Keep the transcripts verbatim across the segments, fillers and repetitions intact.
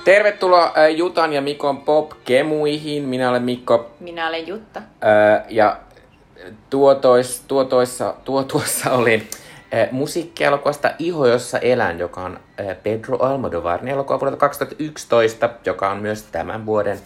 Tervetuloa Jutan ja Mikon Pop-kemuihin. Minä olen Mikko. Minä olen Jutta. Ja tuo, tois, tuo, toissa, tuo tuossa oli musiikkielokuvasta Iho, jossa elän, joka on Pedro Almodovarin elokuva vuodelta kaksituhattayksitoista, joka on myös tämän vuoden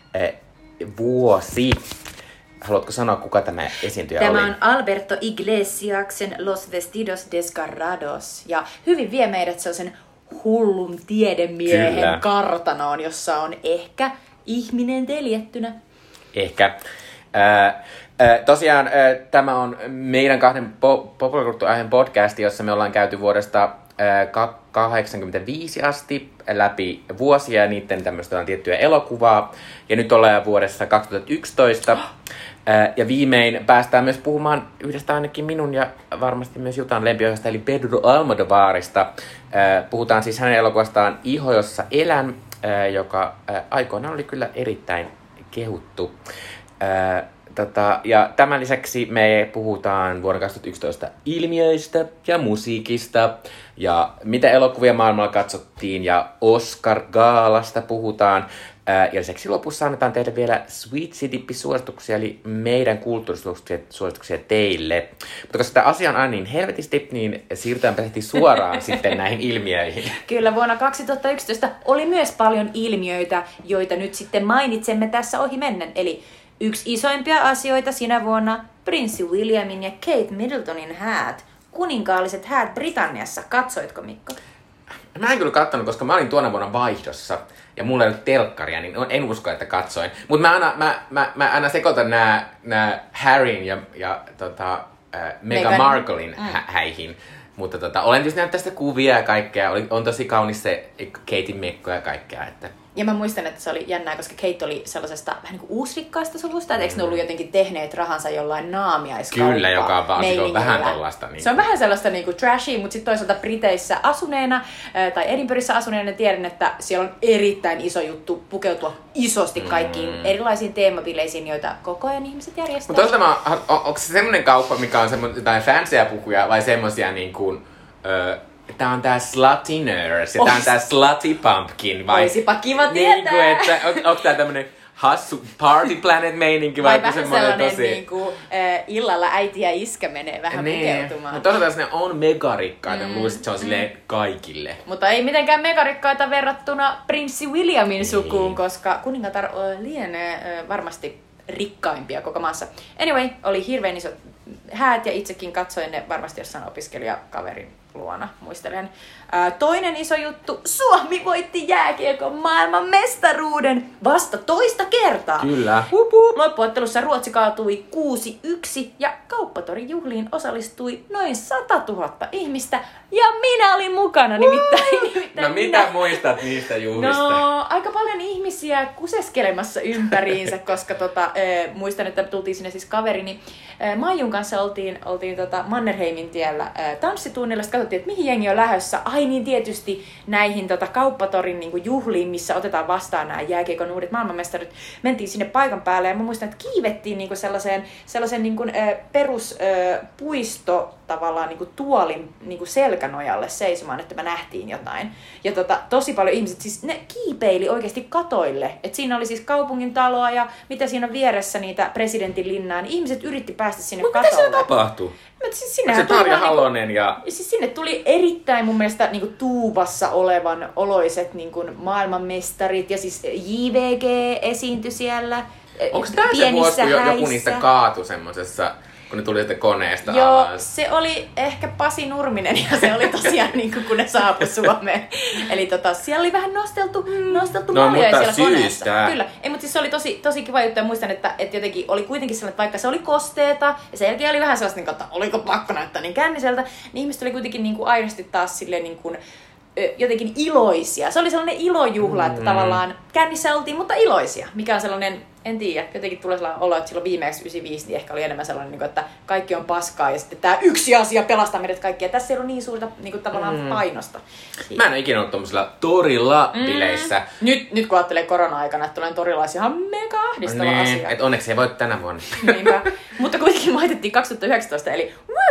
vuosi. Haluatko sanoa, kuka tämä esiintyjä tämä oli? Tämä on Alberto Iglesiaksen Los Vestidos Desgarrados. Ja hyvin vie meidät sellaisen hullun tiedemiehen Kyllä. kartanoon, jossa on ehkä ihminen teljettynä. Ehkä. Äh, äh, tosiaan äh, tämä on meidän kahden po- populaarikulttuuriaiheen podcasti, jossa me ollaan käyty vuodesta äh, kahdeksankymmentäviisi asti läpi vuosia ja niiden tämmöistä tiettyä elokuvaa. Ja nyt ollaan vuodessa kaksituhattayksitoista. Äh, ja viimein päästään myös puhumaan yhdestä ainakin minun ja varmasti myös Jutan lempiohjasta, eli Pedro Almodovarista. Äh, puhutaan siis hänen elokuvastaan Iho, jossa elän, äh, joka äh, aikoinaan oli kyllä erittäin kehuttu. Äh, tota, ja tämän lisäksi me puhutaan vuoden kaksituhattayksitoista ilmiöistä ja musiikista ja mitä elokuvia maailmalla katsottiin ja Oscar-gaalasta puhutaan. Äh, ja lisäksi lopussa annetaan teille vielä Sweet Dippi-suosituksia, eli meidän kulttuurisuosituksia teille. Mutta koska tämä asia on aina niin helvetisti, niin siirrytäänpä heti suoraan sitten näihin ilmiöihin. Kyllä, vuonna kaksituhattayksitoista oli myös paljon ilmiöitä, joita nyt sitten mainitsemme tässä ohi mennen. Eli yksi isoimpia asioita sinä vuonna Prinssi Williamin ja Kate Middletonin häät. Kuninkaalliset häät Britanniassa. Katsoitko, Mikko? Mä en kyllä katsonut, koska mä olin tuona vuonna vaihdossa. Ja mulla ei ollut telkkaria, niin en usko, että katsoin. Mutta mä aina, mä, mä, mä aina sekoitan nää, nää Harryn ja, ja tota, äh, Meghan Marklein mm. hä- häihin. Mutta tota, olen tietysti nähnyt tästä kuvia ja kaikkea. Oli, on tosi kaunis se Katein mekko ja kaikkea. Että... Ja mä muistan, että se oli jännää, koska Kate oli sellaisesta vähän niin kuin uusrikkaasta suvusta. Että eikö ne ollut jotenkin tehneet rahansa jollain naamiaiskauppaa? Kyllä, joka on vaan on vähän tollaista. Niin se on vähän sellaista niin kuin trashy, mutta sitten toisaalta Briteissä asuneena tai Edinburghissa asuneena tiedän, että siellä on erittäin iso juttu pukeutua isosti kaikkiin mm. erilaisiin teemabileisiin, joita koko ajan ihmiset järjestää. Mutta toisaalta, on, on, onko se semmoinen kauppa, mikä on semmoinen jotain fancyä pukuja vai semmoisia niin kuin... Öö, tää on tää Slutty Nurse ja tää on tää Slutty Pumpkin. Vai... Oisipa kiva tietää. Niin kuin, että on, onko tää tämmönen hassu Party Planet meininki vai, vai semmoinen sellainen tosi... niinku, äh, illalla äiti ja iskä menee vähän niin. pukeutumaan. Mutta toisaalta ne on megarikkaita, mm. luulisin, että se on mm. silleen kaikille. Mutta ei mitenkään megarikkaita verrattuna Prinssi Williamin niin. sukuun, koska kuningatar lienee äh, varmasti rikkaimpia koko maassa. Anyway, oli hirveän isot häät ja itsekin katsoin ne varmasti jossain opiskelijakaverin luona, muistelen. Ää, toinen iso juttu, Suomi voitti jääkiekon maailman mestaruuden vasta toista kertaa. Kyllä. Hup, hup. Loppuottelussa Ruotsi kaatui kuusi yksi ja Kauppatorin juhliin osallistui noin satatuhatta ihmistä ja minä olin mukana nimittäin. nimittäin no mitä minä... muistat niistä juhlista? No aika paljon ihmisiä kuseskelemassa ympäriinsä, koska tota, äh, muistan, että tultiin sinne siis kaverini äh, Maijun kanssa oltiin, oltiin tota Mannerheimin tiellä äh, tanssitunnilla. Sitten katsottiin, että mihin jengi on lähdössä. Ai niin tietysti näihin tota, Kauppatorin niin kuin juhliin, missä otetaan vastaan nämä jääkiekon uudet maailmanmestarit. Mentiin sinne paikan päälle ja mä muistan, että kiivettiin niin kuin sellaiseen, sellaisen niin kuin, äh, peruspuisto äh, tavallaan niin kuin tuolin niin kuin selkänojalle seisomaan, että me nähtiin jotain. Ja tota, tosi paljon ihmiset, siis ne kiipeili oikeasti katoille. Et siinä oli siis kaupungin taloa ja mitä siinä on vieressä niitä presidentin linnaa, niin ihmiset yritti päästä sinne Mut katolle. Mitä siellä tapahtui? Siis se Tarja Halonen ja... Siis sinne tuli erittäin mun mielestä niin kuin tuubassa olevan oloiset niin kuin maailmanmestarit ja siis J V G esiintyi siellä. Onko tämä se vuosi, kun joku niistä kaatui semmosessa, kun ne tuli sitten koneesta Joo, alas? Se oli ehkä Pasi Nurminen ja se oli tosiaan niin kuin, kun ne saapui Suomeen. Eli tota, siellä oli vähän nosteltu, nosteltu no, maljoja siellä syystä. koneessa. Kyllä, ei, mutta siis se oli tosi, tosi kiva juttu ja muistan, että, että jotenkin oli kuitenkin sellainen, että vaikka se oli kosteeta ja sen jälkeen oli vähän sellaista, että oliko pakko näyttää niin känniseltä, niin ihmiset oli kuitenkin niin kuin aidosti taas silleen niin kuin, jotenkin iloisia. Se oli sellainen ilojuhla, että mm. tavallaan kännissä oltiin, mutta iloisia. Mikä on sellainen, en tiedä, jotenkin tulee sellainen olo, että silloin viimeksi yhdeksänkymmentäviisi niin ehkä oli enemmän sellainen, että kaikki on paskaa ja sitten tämä yksi asia pelastaa meidät kaikki. Ja tässä ei ollut niin suurta niin kuin, tavallaan mm. painosta. Mä en ole ikinä ollut tommosilla torilla mm. bileissä. Nyt, nyt kun ajattelee korona-aikana, että tulen torilla, olisi ihan mega ahdistava niin, asia. Et onneksi ei voi tänä vuonna. Niinpä. Mutta kuitenkin voitettiin kaksituhattayhdeksäntoista, eli wuhu!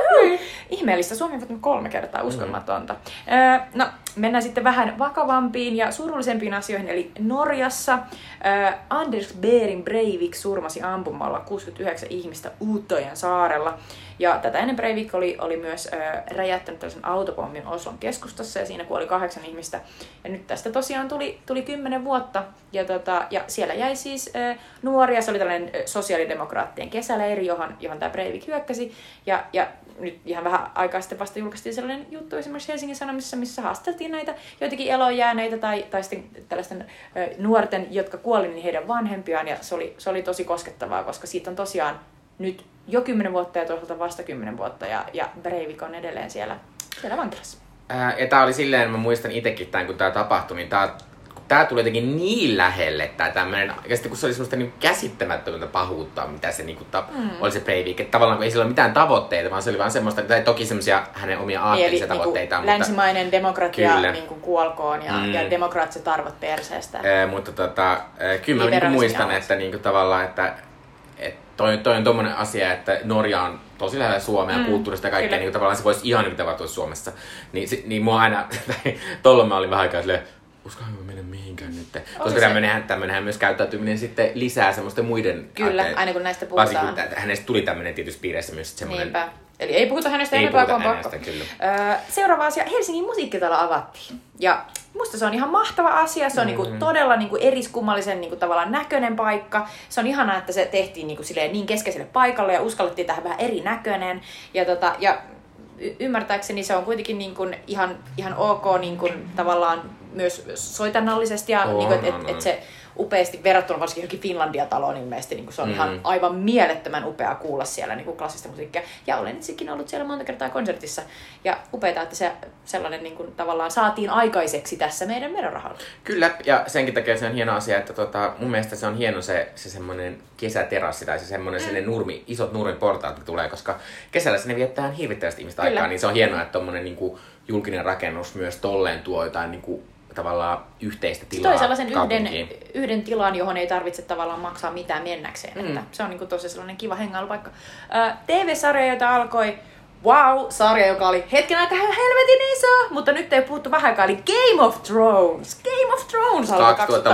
Woo! Ihmeellistä. Suomi on voittanut kolme kertaa, uskomatonta. Mm. Öö, no, mennään sitten vähän vakavampiin ja surullisempiin asioihin. Eli Norjassa öö, Anders Behring Breivik surmasi ampumalla kuusikymmentäyhdeksän ihmistä Utöyan saarella. Ja tätä ennen Breivik oli, oli myös öö, räjäyttänyt tällaisen autopommin Oslon keskustassa ja siinä kuoli kahdeksan ihmistä. Ja nyt tästä tosiaan tuli, tuli kymmenen vuotta. Ja, tota, ja siellä jäi siis öö, nuoria. Se oli tällainen öö, sosiaalidemokraattien kesäleiri, johon, johon tämä Breivik hyökkäsi. Ja, ja nyt ihan vähän aikaa sitten vasta julkaistiin sellainen juttu esimerkiksi Helsingin Sanomissa, missä haasteltiin näitä joitakin elojääneitä tai, tai sitten tällaisten ö, nuorten, jotka kuoli, niin heidän vanhempiaan. Ja se oli, se oli tosi koskettavaa, koska siitä on tosiaan nyt jo kymmenen vuotta ja toisaalta vasta kymmenen vuotta. Ja, ja Breivik on edelleen siellä, siellä vankilassa. Ää, ja tää oli silleen, mä muistan itekin tämän, kun tää tapahtui, niin tää Tää tuli jotenkin niin lähelle, tää tämmönen, ja sitten kun se oli semmoista niin käsittämättömältä pahuutta, mitä se niinku tap, mm. oli se Breivik, että tavallaan kun ei sillä ole mitään tavoitteita, vaan se oli vaan semmoista, tai toki semmoisia hänen omia aatteellisia niin, tavoitteitaan. Niin, mutta länsimainen demokratia niin kuin kuolkoon ja, mm. ja demokraattiset arvot perseestä. Ee, mutta tota, kyllä mä niin muistan, että niinku tavallaan, että et toi, toi on tommonen asia, että Norja on tosi lähellä Suomea mm, kulttuurista ja kaikkea, niin tavallaan se voisi ihan mitä tapahtua Suomessa. Niin, niin mua aina, tolloin mä olin vähän aikaa silleen, uskoinko mennä mihinkään nyt? Koska tämmönenhän, tämmönenhän myös käyttäytyminen sitten lisää semmoisten muiden... Kyllä, aatteen, aina kun näistä puhutaan. Varsinkin kun hänestä tuli tämmöinen tietyssä piirissä myös semmoinen... Niinpä. Eli ei puhuta hänestä ei enempää puhuta kuin pakko. Öö, seuraava asia. Helsingin musiikkitalo avattiin. Ja musta se on ihan mahtava asia. Se on mm-hmm. niinku todella niinku eriskummallisen niinku tavallaan näköinen paikka. Se on ihanaa, että se tehtiin niinku silleen niin keskeiselle paikalle ja uskallettiin tähän vähän erinäköinen. Ja, tota, ja y- ymmärtääkseni se on kuitenkin niinku ihan, ihan ok niinku tavallaan myös soitannallisesti ja oh, niinku, että no, no. et se upeasti verrattuna varsinkin johonkin Finlandia-taloon, niin mielestäni niin se on mm. ihan aivan mielettömän upea kuulla siellä niin klassista musiikkia. Ja olen itsekin ollut siellä monta kertaa konsertissa. Ja upeaa, että se sellainen niin kuin, tavallaan saatiin aikaiseksi tässä meidän verorahalla. Kyllä, ja senkin takia se on hieno asia, että tota, mun mielestä se on hieno se, se semmoinen kesäterassi tai se semmoinen mm. nurmi, isot nurmiportaat tulee, koska kesällä sinne viettää hirvittävästi ihmistä Kyllä. aikaa, niin se on hienoa, että tommonen niin kuin julkinen rakennus myös tolleen tuo jotain niin kuin tavallaan yhteistä tilaa toi sellaisen yhden, yhden tilan, johon ei tarvitse tavallaan maksaa mitään mennäkseen. Mm. Että se on niin kuin tosi sellainen kiva hengailupaikka. Äh, T V-sarja, jota alkoi Wow-sarja, joka oli hetken aikaa helvetin iso, mutta nyt ei puhuttu vähän aikaa, eli Game of Thrones. Game of Thrones alkoi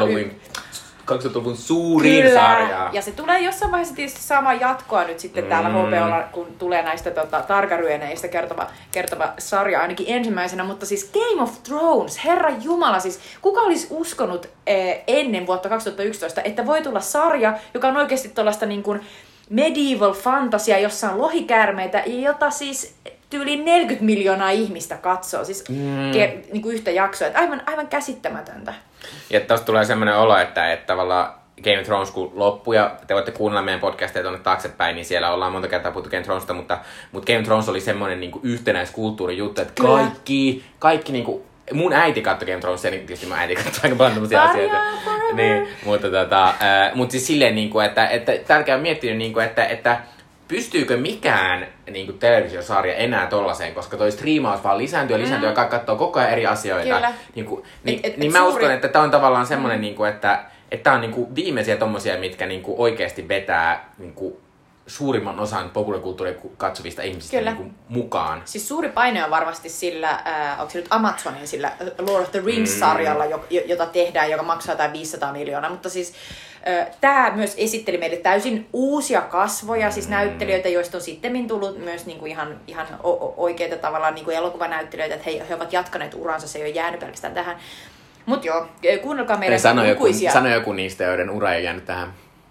kaksituhattaluvun suurin Kyllä. sarja. Ja se tulee jossain vaiheessa tietysti saamaan jatkoa nyt sitten mm. täällä H B O:lla, kun tulee näistä tota, Targaryeneistä kertova, kertova sarja ainakin ensimmäisenä. Mutta siis Game of Thrones, herra jumala, siis kuka olisi uskonut eh, ennen vuotta kaksituhattayksitoista, että voi tulla sarja, joka on oikeasti tuollaista niin kuin medieval fantasia, jossa on lohikäärmeitä, jota siis yli neljäkymmentä miljoonaa ihmistä katsoo, siis mm. ke, niin kuin yhtä jaksoa, että aivan, aivan käsittämätöntä. Ja tosta tulee semmoinen olo, että, että tavallaan Game of Thrones kun loppui, ja te voitte kuunnella meidän podcasteja tuonne taaksepäin, niin siellä ollaan monta kertaa puhuttu Game of Thronesista, mutta, mutta Game of Thrones oli semmoinen niin kuin yhtenäiskulttuurin juttu, että Kyllä. kaikki, kaikki niin kuin, mun äiti katsoi Game of Thronesia, niin tietysti mun äiti katsoi aika paljon tämmöisiä asioita. Niin, mutta tota, äh, mutta siis silleen, niin kuin, että, että tärkeää on miettinyt, niin kuin, että, että pystyykö mikään niin kuin televisiosarja enää tollaiseen, koska toi striimaus vaan lisääntyy ja lisääntyy mm. ja katsoo koko ajan eri asioita. Niin, kuin, niin, et, et, niin et mä suuri... uskon, että tää on tavallaan semmoinen, mm. niin kuin, että että tää on niin kuin viimeisiä tommosia, mitkä niin kuin oikeasti vetää niin kuin suurimman osan populaarikulttuuria katsovista ihmisistä niin kuin mukaan. Siis suuri paine on varmasti sillä, äh, onko se nyt Amazonin sillä Lord of the Rings-sarjalla, mm. jota tehdään, joka maksaa jotain viisisataa miljoonaa, mutta siis tämä myös esitteli meille täysin uusia kasvoja, siis näyttelijöitä, joista on sittemmin tullut myös niinku ihan, ihan oikeita tavallaan niinku elokuvanäyttelijöitä, että he, he ovat jatkaneet uransa, se ei ole jäänyt pelkästään tähän. Mutta joo, kuunnelkaa meidän sano lukuisia. Joku, sano joku niistä, joiden ura ei jäänyt tähän.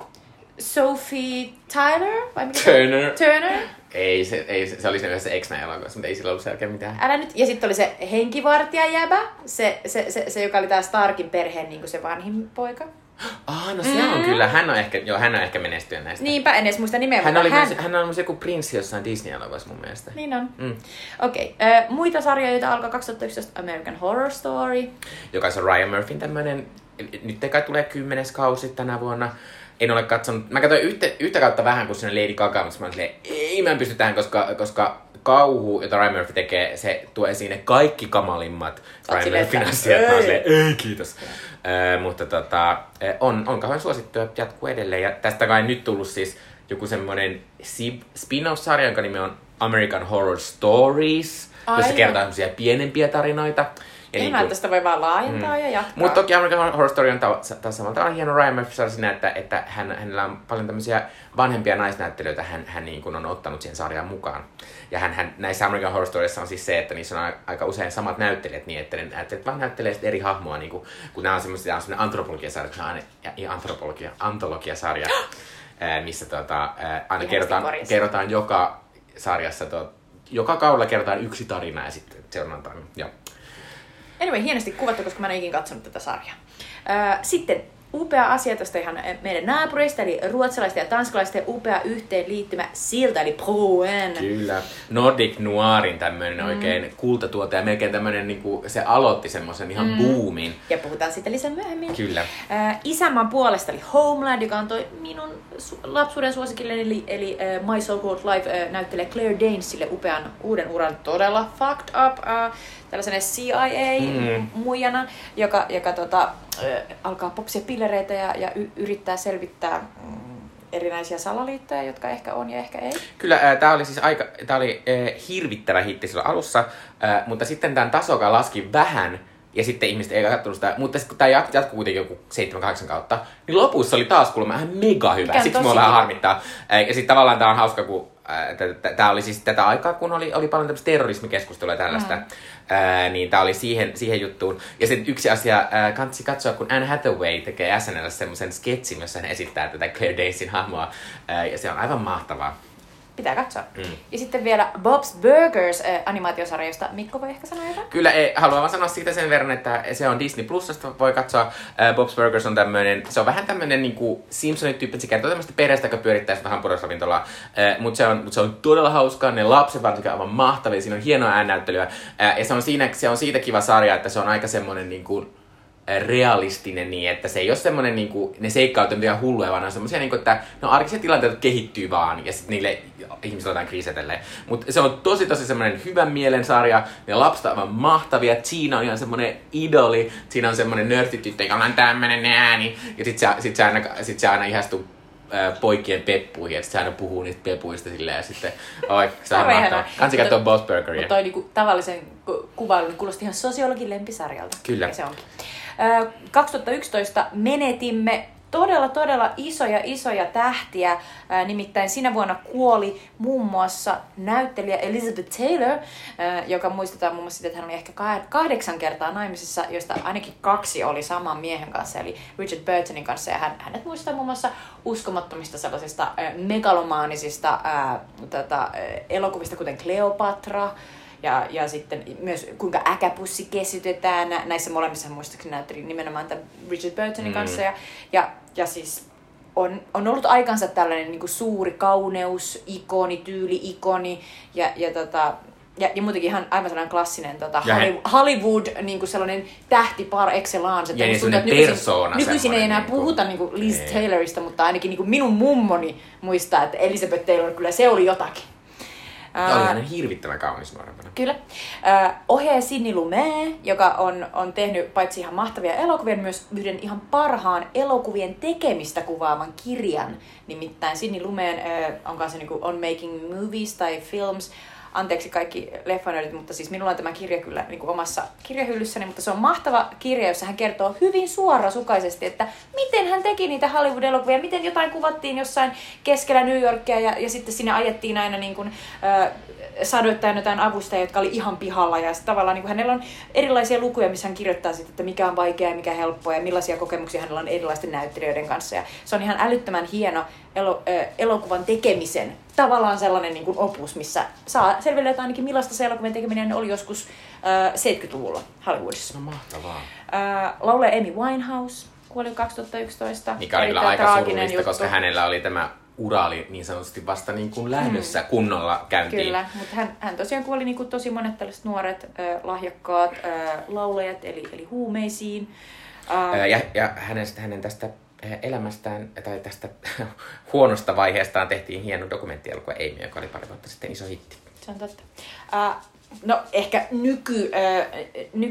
Sophie Tyler? Vai mikä Turner. Turner? Ei, se, ei, se oli se se X-Men-elokuvassa, mutta ei sillä ollut selkeä mitään. Älä nyt. Ja sitten oli se henkivartijajäbä, se, se, se, se, joka oli tää Starkin perheen niin se vanhin poika. Ah, no se mm. on kyllä. Hän on ehkä, joo, hän on ehkä menestynyt näistä. Niinpä, en edes muista nimeä. Hän, oli hän... Myös, hän on myös joku prinssi jossain Disney-elokuvassa mun mielestä. Niin on. Mm. Okei. Okay. Äh, muita sarjoja, joita alkoi kaksituhattayksitoista, American Horror Story. Joka on Ryan Murphyn tämmönen, nyt kai tulee kymmenes kausi tänä vuonna. En ole katsonut, mä katsoin yhtä, yhtä kautta vähän kuin sinne Lady Gaga, mutta mä olin silleen, ei mä en pysty tähän, koska, koska kauhu, jota Ryan Murphy tekee, se tuo esiin ne kaikki kamalimmat Ryan Murphyn asiat. Mä olin silleen, ei kiitos. Äh, mutta tota, on, on kauhean suosittu ja jatkuu edelleen. Ja tästä kai nyt tullut siis joku semmoinen spin-off-sarja, jonka nimi on American Horror Stories, Ai jossa joo. kerrotaan semmoisia pienempiä tarinoita. Ihme, niin että sitä voi vaan laajentaa mm. ja jatkaa. Mutta toki American Horror Story on taas samalla tavalla hieno Ryan Murphy siinä, että, että hän, hänellä on paljon tämmöisiä vanhempia naisnäyttelijöitä, hän, hän niin kuin on ottanut siihen sarjaan mukaan. Ja hän, hän, näissä American Horror Storyissa on siis se, että niissä on aika usein samat näyttelijät, niin että ne näyttelijät vaan näyttelee eri hahmoa, niin kuin, kun nämä on semmoisia, semmoinen antropologiasarja, ja, ja antropologia, antologiasarja, missä tota, aina kerrotaan, kerrotaan joka sarjassa, to, joka kaudella kerrotaan yksi tarina ja sitten seuraavan tarina. Joo. Anyway, hienosti kuvattu, koska mä en ole ikinä katsonut tätä sarjaa. Öö, sitten upea asia tästä ihan meidän naapurista, eli ruotsalaisten ja tanskalaisten upea yhteenliittymä Silta, eli Broen. Kyllä. Nordic Noirin tämmöinen mm. oikein kultatuote, ja melkein tämmöinen, niinku, se aloitti semmoisen ihan mm. boomin. Ja puhutaan siitä lisää myöhemmin. Kyllä. Äh, isänmaan puolesta, eli Homeland, joka on toi minun su- lapsuuden suosikille, eli, eli uh, My So Called Life uh, näyttelee Claire Danesille upean uuden uran, todella fucked up, uh, tällaisena C I A-muijana, mm. joka, joka tota, uh, alkaa popsia pillereitä ja, ja y- yrittää selvittää mm, erinäisiä salaliittoja, jotka ehkä on ja ehkä ei. Kyllä, äh, tämä oli siis aika, tää oli äh, hirvittävä hitti silloin alussa, äh, mutta sitten tämän tasokaan laski vähän, ja sitten ihmiset ei katsonut sitä, mutta sitten kun tämä jatkuu kuitenkin joku seitsemän kahdeksan kautta, niin lopussa oli taas kuulemma ihan mega hyvä, siksi mua vähän harmittaa. Äh, ja sitten tavallaan tämä on hauska, kun äh, tämä oli siis tätä aikaa, kun oli, oli paljon tämmöistä terrorismikeskustelua ja tällaista, mm. Ää, niin tää oli siihen, siihen juttuun. Ja sitten yksi asia, ää, kannattaa katsoa, kun Anne Hathaway tekee S N L:ssä semmoisen sketsin, jossa hän esittää tätä Claire Danesin hahmoa, ää, ja se on aivan mahtavaa. Pitää katsoa. Mm. Ja sitten vielä Bob's Burgers äh, animaatiosarja, josta Mikko voi ehkä sanoa jotain. Kyllä, ei, haluan vaan sanoa siitä sen verran, että se on Disney Plusasta, voi katsoa. Äh, Bob's Burgers on tämmönen, se on vähän tämmönen niinku Simpsonit-tyyppi, se kertoo tämmöistä perheestä, joka pyörittää sitä hamburgersravintolaa. Äh, Mutta se, mut se on todella hauskaa, ne lapset varsinkin aivan mahtavia, siinä on hienoa äännäyttelyä. Äh, ja se on, siinä, se on siitä kiva sarja, että se on aika semmonen niinku realistinen niin, että se ei ole semmoinen niinku, ne seikkailut on ihan hulluja, vaan on semmoisia niinku, että no arkiset tilanteet kehittyy vaan ja sitten niille ihmisille jotain kriisetelle. Mutta se on tosi tosi semmoinen hyvän mielen sarja, ne lapset on aivan mahtavia, Gina on ihan semmoinen idoli, siinä on semmoinen nörtityttö, joka on tämmönen ääni ja sit se, sit se, aina, sit se aina ihastuu poikien peppuihin, että se aina puhuu niistä pepuista silleen ja sitten, oi, se on mahtavaa. Kansi katsoa Bob's Burgeria. Mutta toi niinku tavallisen ku- kuvailun niin kuulosti ihan sosiologin lempisarjalta. Kyllä. Ja se onkin. Ö, kaksituhattayksitoista menetimme todella, todella isoja, isoja tähtiä. Ää, nimittäin sinä vuonna kuoli muun muassa näyttelijä Elizabeth Taylor, ää, joka muistetaan muun muassa siitä, että hän oli ehkä kahdeksan kertaa naimisissa, joista ainakin kaksi oli saman miehen kanssa, eli Richard Burtonin kanssa. Ja hän, hänet muistetaan muun muassa uskomattomista sellaisista ää, megalomaanisista ää, tota, ää, elokuvista, kuten Cleopatra. Ja, ja sitten myös kuinka äkäpussi kesytetään. Näissä molemmissa muistaakseni näytteli nimenomaan tämän Richard Burtonin mm. kanssa. Ja, ja, ja siis on, on ollut aikansa tällainen niin kuin suuri kauneus, ikoni, tyyli-ikoni. Ja, ja, tota, ja, ja muutenkin ihan aivan sellainen klassinen tota, Hollywood, Hollywood niin kuin sellainen tähti par excellence. Ja niin sellainen persona. Nykyisin ei enää niin kuin, puhuta niin kuin Liz ei. Taylorista, mutta ainakin niin kuin minun mummoni muistaa, että Elizabeth Taylor kyllä se oli jotakin. Ja oli hänen hirvittävän kaunis nuorempana. Kyllä. Uh, ohjaaja Sidney Lumet, joka on, on tehnyt paitsi ihan mahtavia elokuvia, myös yhden ihan parhaan elokuvien tekemistä kuvaavan kirjan. Nimittäin Sidney Lumet uh, on kanssa niin kuin On Making Movies tai Films. Anteeksi kaikki leffanöidit, mutta siis minulla on tämä kirja kyllä niin kuin omassa kirjahyllyssäni, mutta se on mahtava kirja, jossa hän kertoo hyvin suorasukaisesti, että miten hän teki niitä Hollywood-elokuvia, miten jotain kuvattiin jossain keskellä New Yorkia ja, ja sitten sinne ajettiin aina niin kuin, äh, sadoittain jotain avustajia, jotka oli ihan pihalla ja tavallaan niin kuin hänellä on erilaisia lukuja, missä hän kirjoittaa sitten, että mikä on vaikeaa ja mikä helppoa ja millaisia kokemuksia hänellä on erilaisten näyttelijöiden kanssa. Ja se on ihan älyttömän hieno elo, äh, elokuvan tekemisen tavallaan sellainen niin kuin opus, missä saa selville, että ainakin millaista se elokuvien tekeminen oli joskus äh, seitsemänkymmentäluvulla Hollywoodissa. No mahtavaa. Äh, laulaja Amy Winehouse kuoli kaksituhattayksitoista. Mikä oli kyllä aika surullista, juttu. Koska hänellä oli tämä ura oli niin sanotusti vasta niin kuin lähdössä mm. kunnolla käyntiin. Kyllä, mutta hän, hän tosiaan kuoli niin kuin tosi monet tällaiset nuoret, äh, lahjakkaat äh, laulajat, eli, eli huumeisiin. Äh, ja ja hänestä, hänen tästä elämästään tai tästä huonosta vaiheestaan tehtiin hieno dokumenttielokuva Amy, joka oli pari vuotta sitten iso hitti. Se on totta. Uh, no ehkä nyky, uh,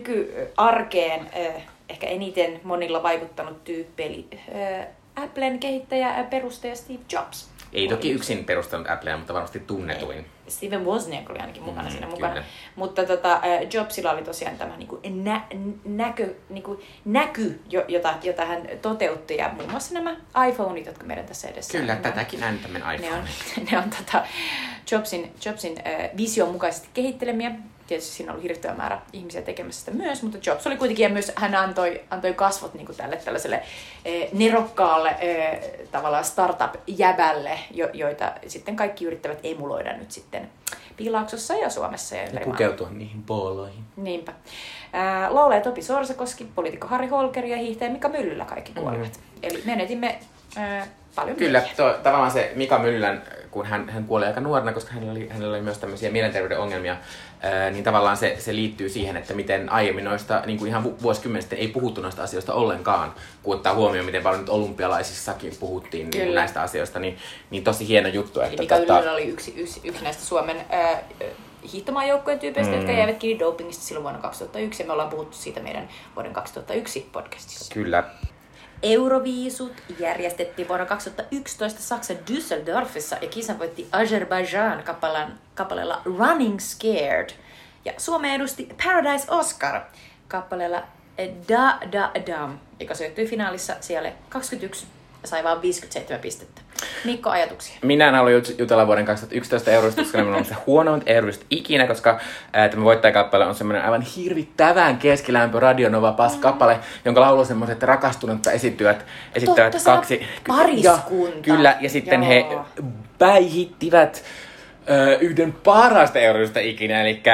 nykyarkeen uh, ehkä eniten monilla vaikuttanut tyyppi, eli uh, Applen kehittäjä ja perustaja Steve Jobs. Ei toki yksin perustanut Applea, mutta varmasti tunnetuin. Ei. Steven Wozniak oli ainakin mukana mm, siinä mukana. Kyllä. Mutta tota, Jobsilla oli tosiaan tämä niinku nä, näkö, niinku näky, jota, jota hän toteutti. Ja muun muassa nämä iPhoneit, jotka meidän tässä edessä Kyllä, on. tätäkin näin tämmöinen iPhone. Ne on, ne on tota, Jobsin, Jobsin äh, vision mukaisesti kehittelemiä. Tietysti siinä oli hirvittävä määrä ihmisiä tekemässä sitä myös, mutta Jobs oli kuitenkin, ja myös hän antoi, antoi kasvot niin kuin tälle tällaiselle eh, nerokkaalle eh, tavallaan startup-jäbälle, jo, joita sitten kaikki yrittävät emuloida nyt sitten Piilaaksossa ja Suomessa. Ja, ja pukeutua niihin pooloihin. Niinpä. Äh, Laulaja Topi Sorsakoski, poliitikko Harri Holkeri ja hiihtäjä Mika Myllylä kaikki kuolivat. Mm. Eli menetimme äh, paljon. Kyllä, to, tavallaan se Mika Myllylän, kun hän, hän kuoli aika nuorena, koska hänellä oli, hänellä oli myös tämmöisiä mielenterveyden ongelmia, ää, niin tavallaan se, se liittyy siihen, että miten aiemmin noista, niin kuin ihan vuosikymmen sitten ei puhuttu noista asioista ollenkaan, kun ottaa huomioon, miten paljon nyt olympialaisissakin puhuttiin niin näistä asioista, niin, niin tosi hieno juttu. Että Mika Myllylä tota... oli yksi, yksi, yksi näistä Suomen ää, hiihtomaajoukkojen tyypeistä, mm. jotka jäivät kiinni dopingista silloin vuonna kaksituhattayksi, ja me ollaan puhuttu siitä meidän vuoden kaksituhattayksi podcastissa. Kyllä. Euroviisut järjestettiin vuonna kaksituhattayksitoista Saksan Düsseldorfissa ja kisan voitti Azerbaijan kappaleella Running Scared. Ja Suomi edusti Paradise Oscar kappaleella Da Da Dam, joka syöttyi finaalissa siellä kaksikymmentäyksi ja sai vaan viisikymmentäseitsemän pistettä. Mikko, ajatuksia? Minä en halua jutella vuoden kaksituhattayksitoista Euroviisut, koska ne on se huonoin Euroviisut ikinä, koska ää, tämä voittajakappale on semmoinen aivan hirvittävän keskilämpö Radionova Pass-kappale, jonka laulu semmoiset rakastunutta esityöt esittävät Totta, kaksi... pariskunta. Ja, kyllä, ja sitten Joo. he päihittivät ö, yhden parhaista Euroviisusta ikinä, eli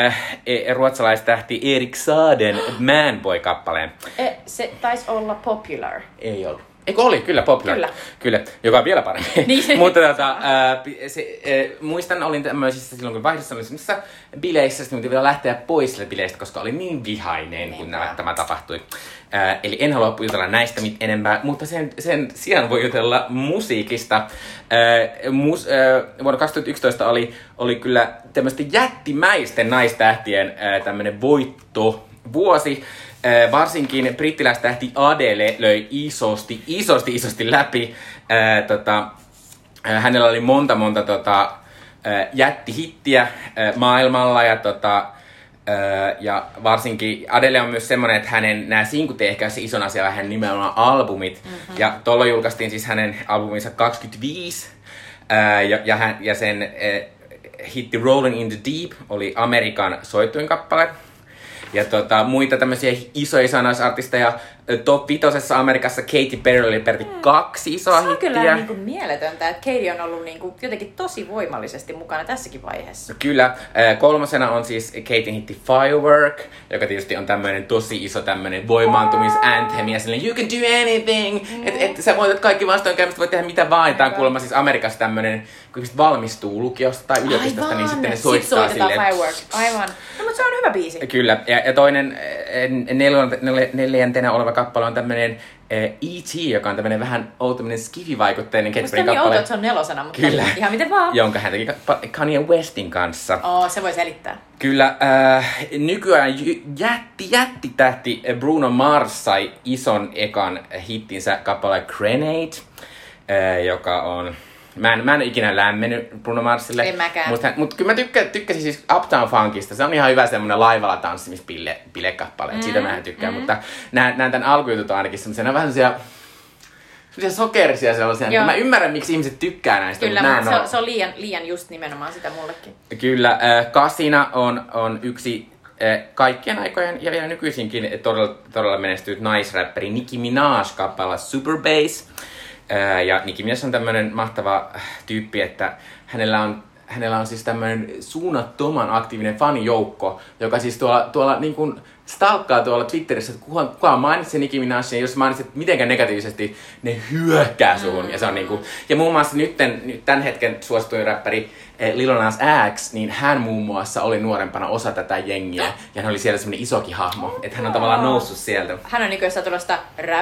ö, ruotsalaistähti Erik Saaden Man-boy-kappaleen. E, se taisi olla Popular. Ei ollut. Eikö oli? Kyllä, Popular. Kyllä. Kyllä, joka on vielä parempi. Niin. Mutta tota, ää, se, ää, muistan, olin tämmöisissä silloin, kun vaihdossa olin semmoisissa bileissä, sitten vielä lähteä pois sille bileistä, koska oli niin vihainen, kun nämä, tämä tapahtui. Ää, eli en halua jutella näistä enempää, mutta sen, sen sijaan voi jutella musiikista. Ää, mus, ää, vuonna kaksituhattayksitoista oli, oli kyllä tämmöisten jättimäisten naistähtien ää, tämmöinen voittovuosi. Äh, varsinkin brittiläistähti Adele löi isosti, isosti, isosti läpi. Äh, tota, äh, hänellä oli monta, monta tota, äh, jättihittiä äh, maailmalla. Ja, tota, äh, ja varsinkin Adele on myös semmoinen, että hänen nämä sinkut ei ehkä se ison asia, vähän nimenomaan albumit. Mm-hmm. Ja tuolla julkaistiin siis hänen albuminsa kaksikymmentäviisi. Äh, ja, ja, hän, ja sen äh, hitti Rolling in the Deep oli Amerikan soittuin kappale. Ja tota, muita tämmöisiä isoja isoja naisartisteja. Top vitosessa Amerikassa Katy Perry oli peräti mm. kaksi isoa hittiä. Se on hittiä. Kyllä niin kuin mieletöntä, että Katy on ollut niin kuin jotenkin tosi voimallisesti mukana tässäkin vaiheessa. Kyllä. Kolmosena on siis Katyn hitti Firework, joka tietysti on tämmöinen tosi iso tämmöinen voimaantumis-anthem. Ja silleen, you can do anything! Mm. Että et, sä voitat kaikki vastoinkäymistä, voit tehdä mitä vaan. Tämä on kuulemma siis Amerikassa tämmöinen, kun valmistuu lukiosta tai yliopistosta, Aivan. niin sitten ne soittaa silleen. Sitten Firework. Aivan. No, mutta se on hyvä biisi. Kyllä. Ja, ja toinen neljäntenä oleva kappale on tämmönen E T, joka on tämmönen vähän outominen skifi-vaikutteinen Katy Perryn kappale. Musta on niin outo, että se on nelosena, mutta Kyllä. ihan miten vaan. Jonka hän teki Kanye Westin kanssa. Oo, se voi selittää. Kyllä. Äh, nykyään jätti, jätti tähti Bruno Mars sai ison ekan hittinsä kappale Grenade, äh, joka on... Mä en, mä en ole ikinä lämmennyt Bruno Marsille. En mäkään. Mutta mut kyllä mä tykkä, tykkäsin siis Uptown Funkista. Se on ihan hyvä semmonen laivalla tanssimispilekappale. Mm, Siitä mä en tykkää. Mm. Mutta näen, näen tämän alkujutut on ainakin semmoisia vähän semmoisia... Semmoisia sokerisia sellaisia. Mä ymmärrän, miksi ihmiset tykkää näistä. Kyllä, mutta se, on, se on liian, liian just nimenomaan sitä mullekin. Kyllä. Äh, Kasina on, on yksi äh, kaikkien aikojen ja vielä nykyisinkin todella, todella menestynyt naisräppäri Nicki Minaj kappaleella Super Bass. Ja Nicki Minaj on tämmönen mahtava tyyppi, että hänellä on, hänellä on siis tämmönen suunnattoman aktiivinen fanijoukko, joka siis tuolla, tuolla niin kuin stalkkaa tuolla Twitterissä, että kukaan, kukaan mainitsee Nicki Minajin, ja jos mainitset mitenkään negatiivisesti, ne hyökkää suhun. Mm. Ja, se on niin kuin, ja muun muassa nytten, nyt tämän hetken suosituin räppäri Lil Nas X, niin hän muun muassa oli nuorempana osa tätä jengiä, ja hän oli siellä semmonen isokin hahmo, että hän on tavallaan noussut sieltä. Hän on nykyään tuollaista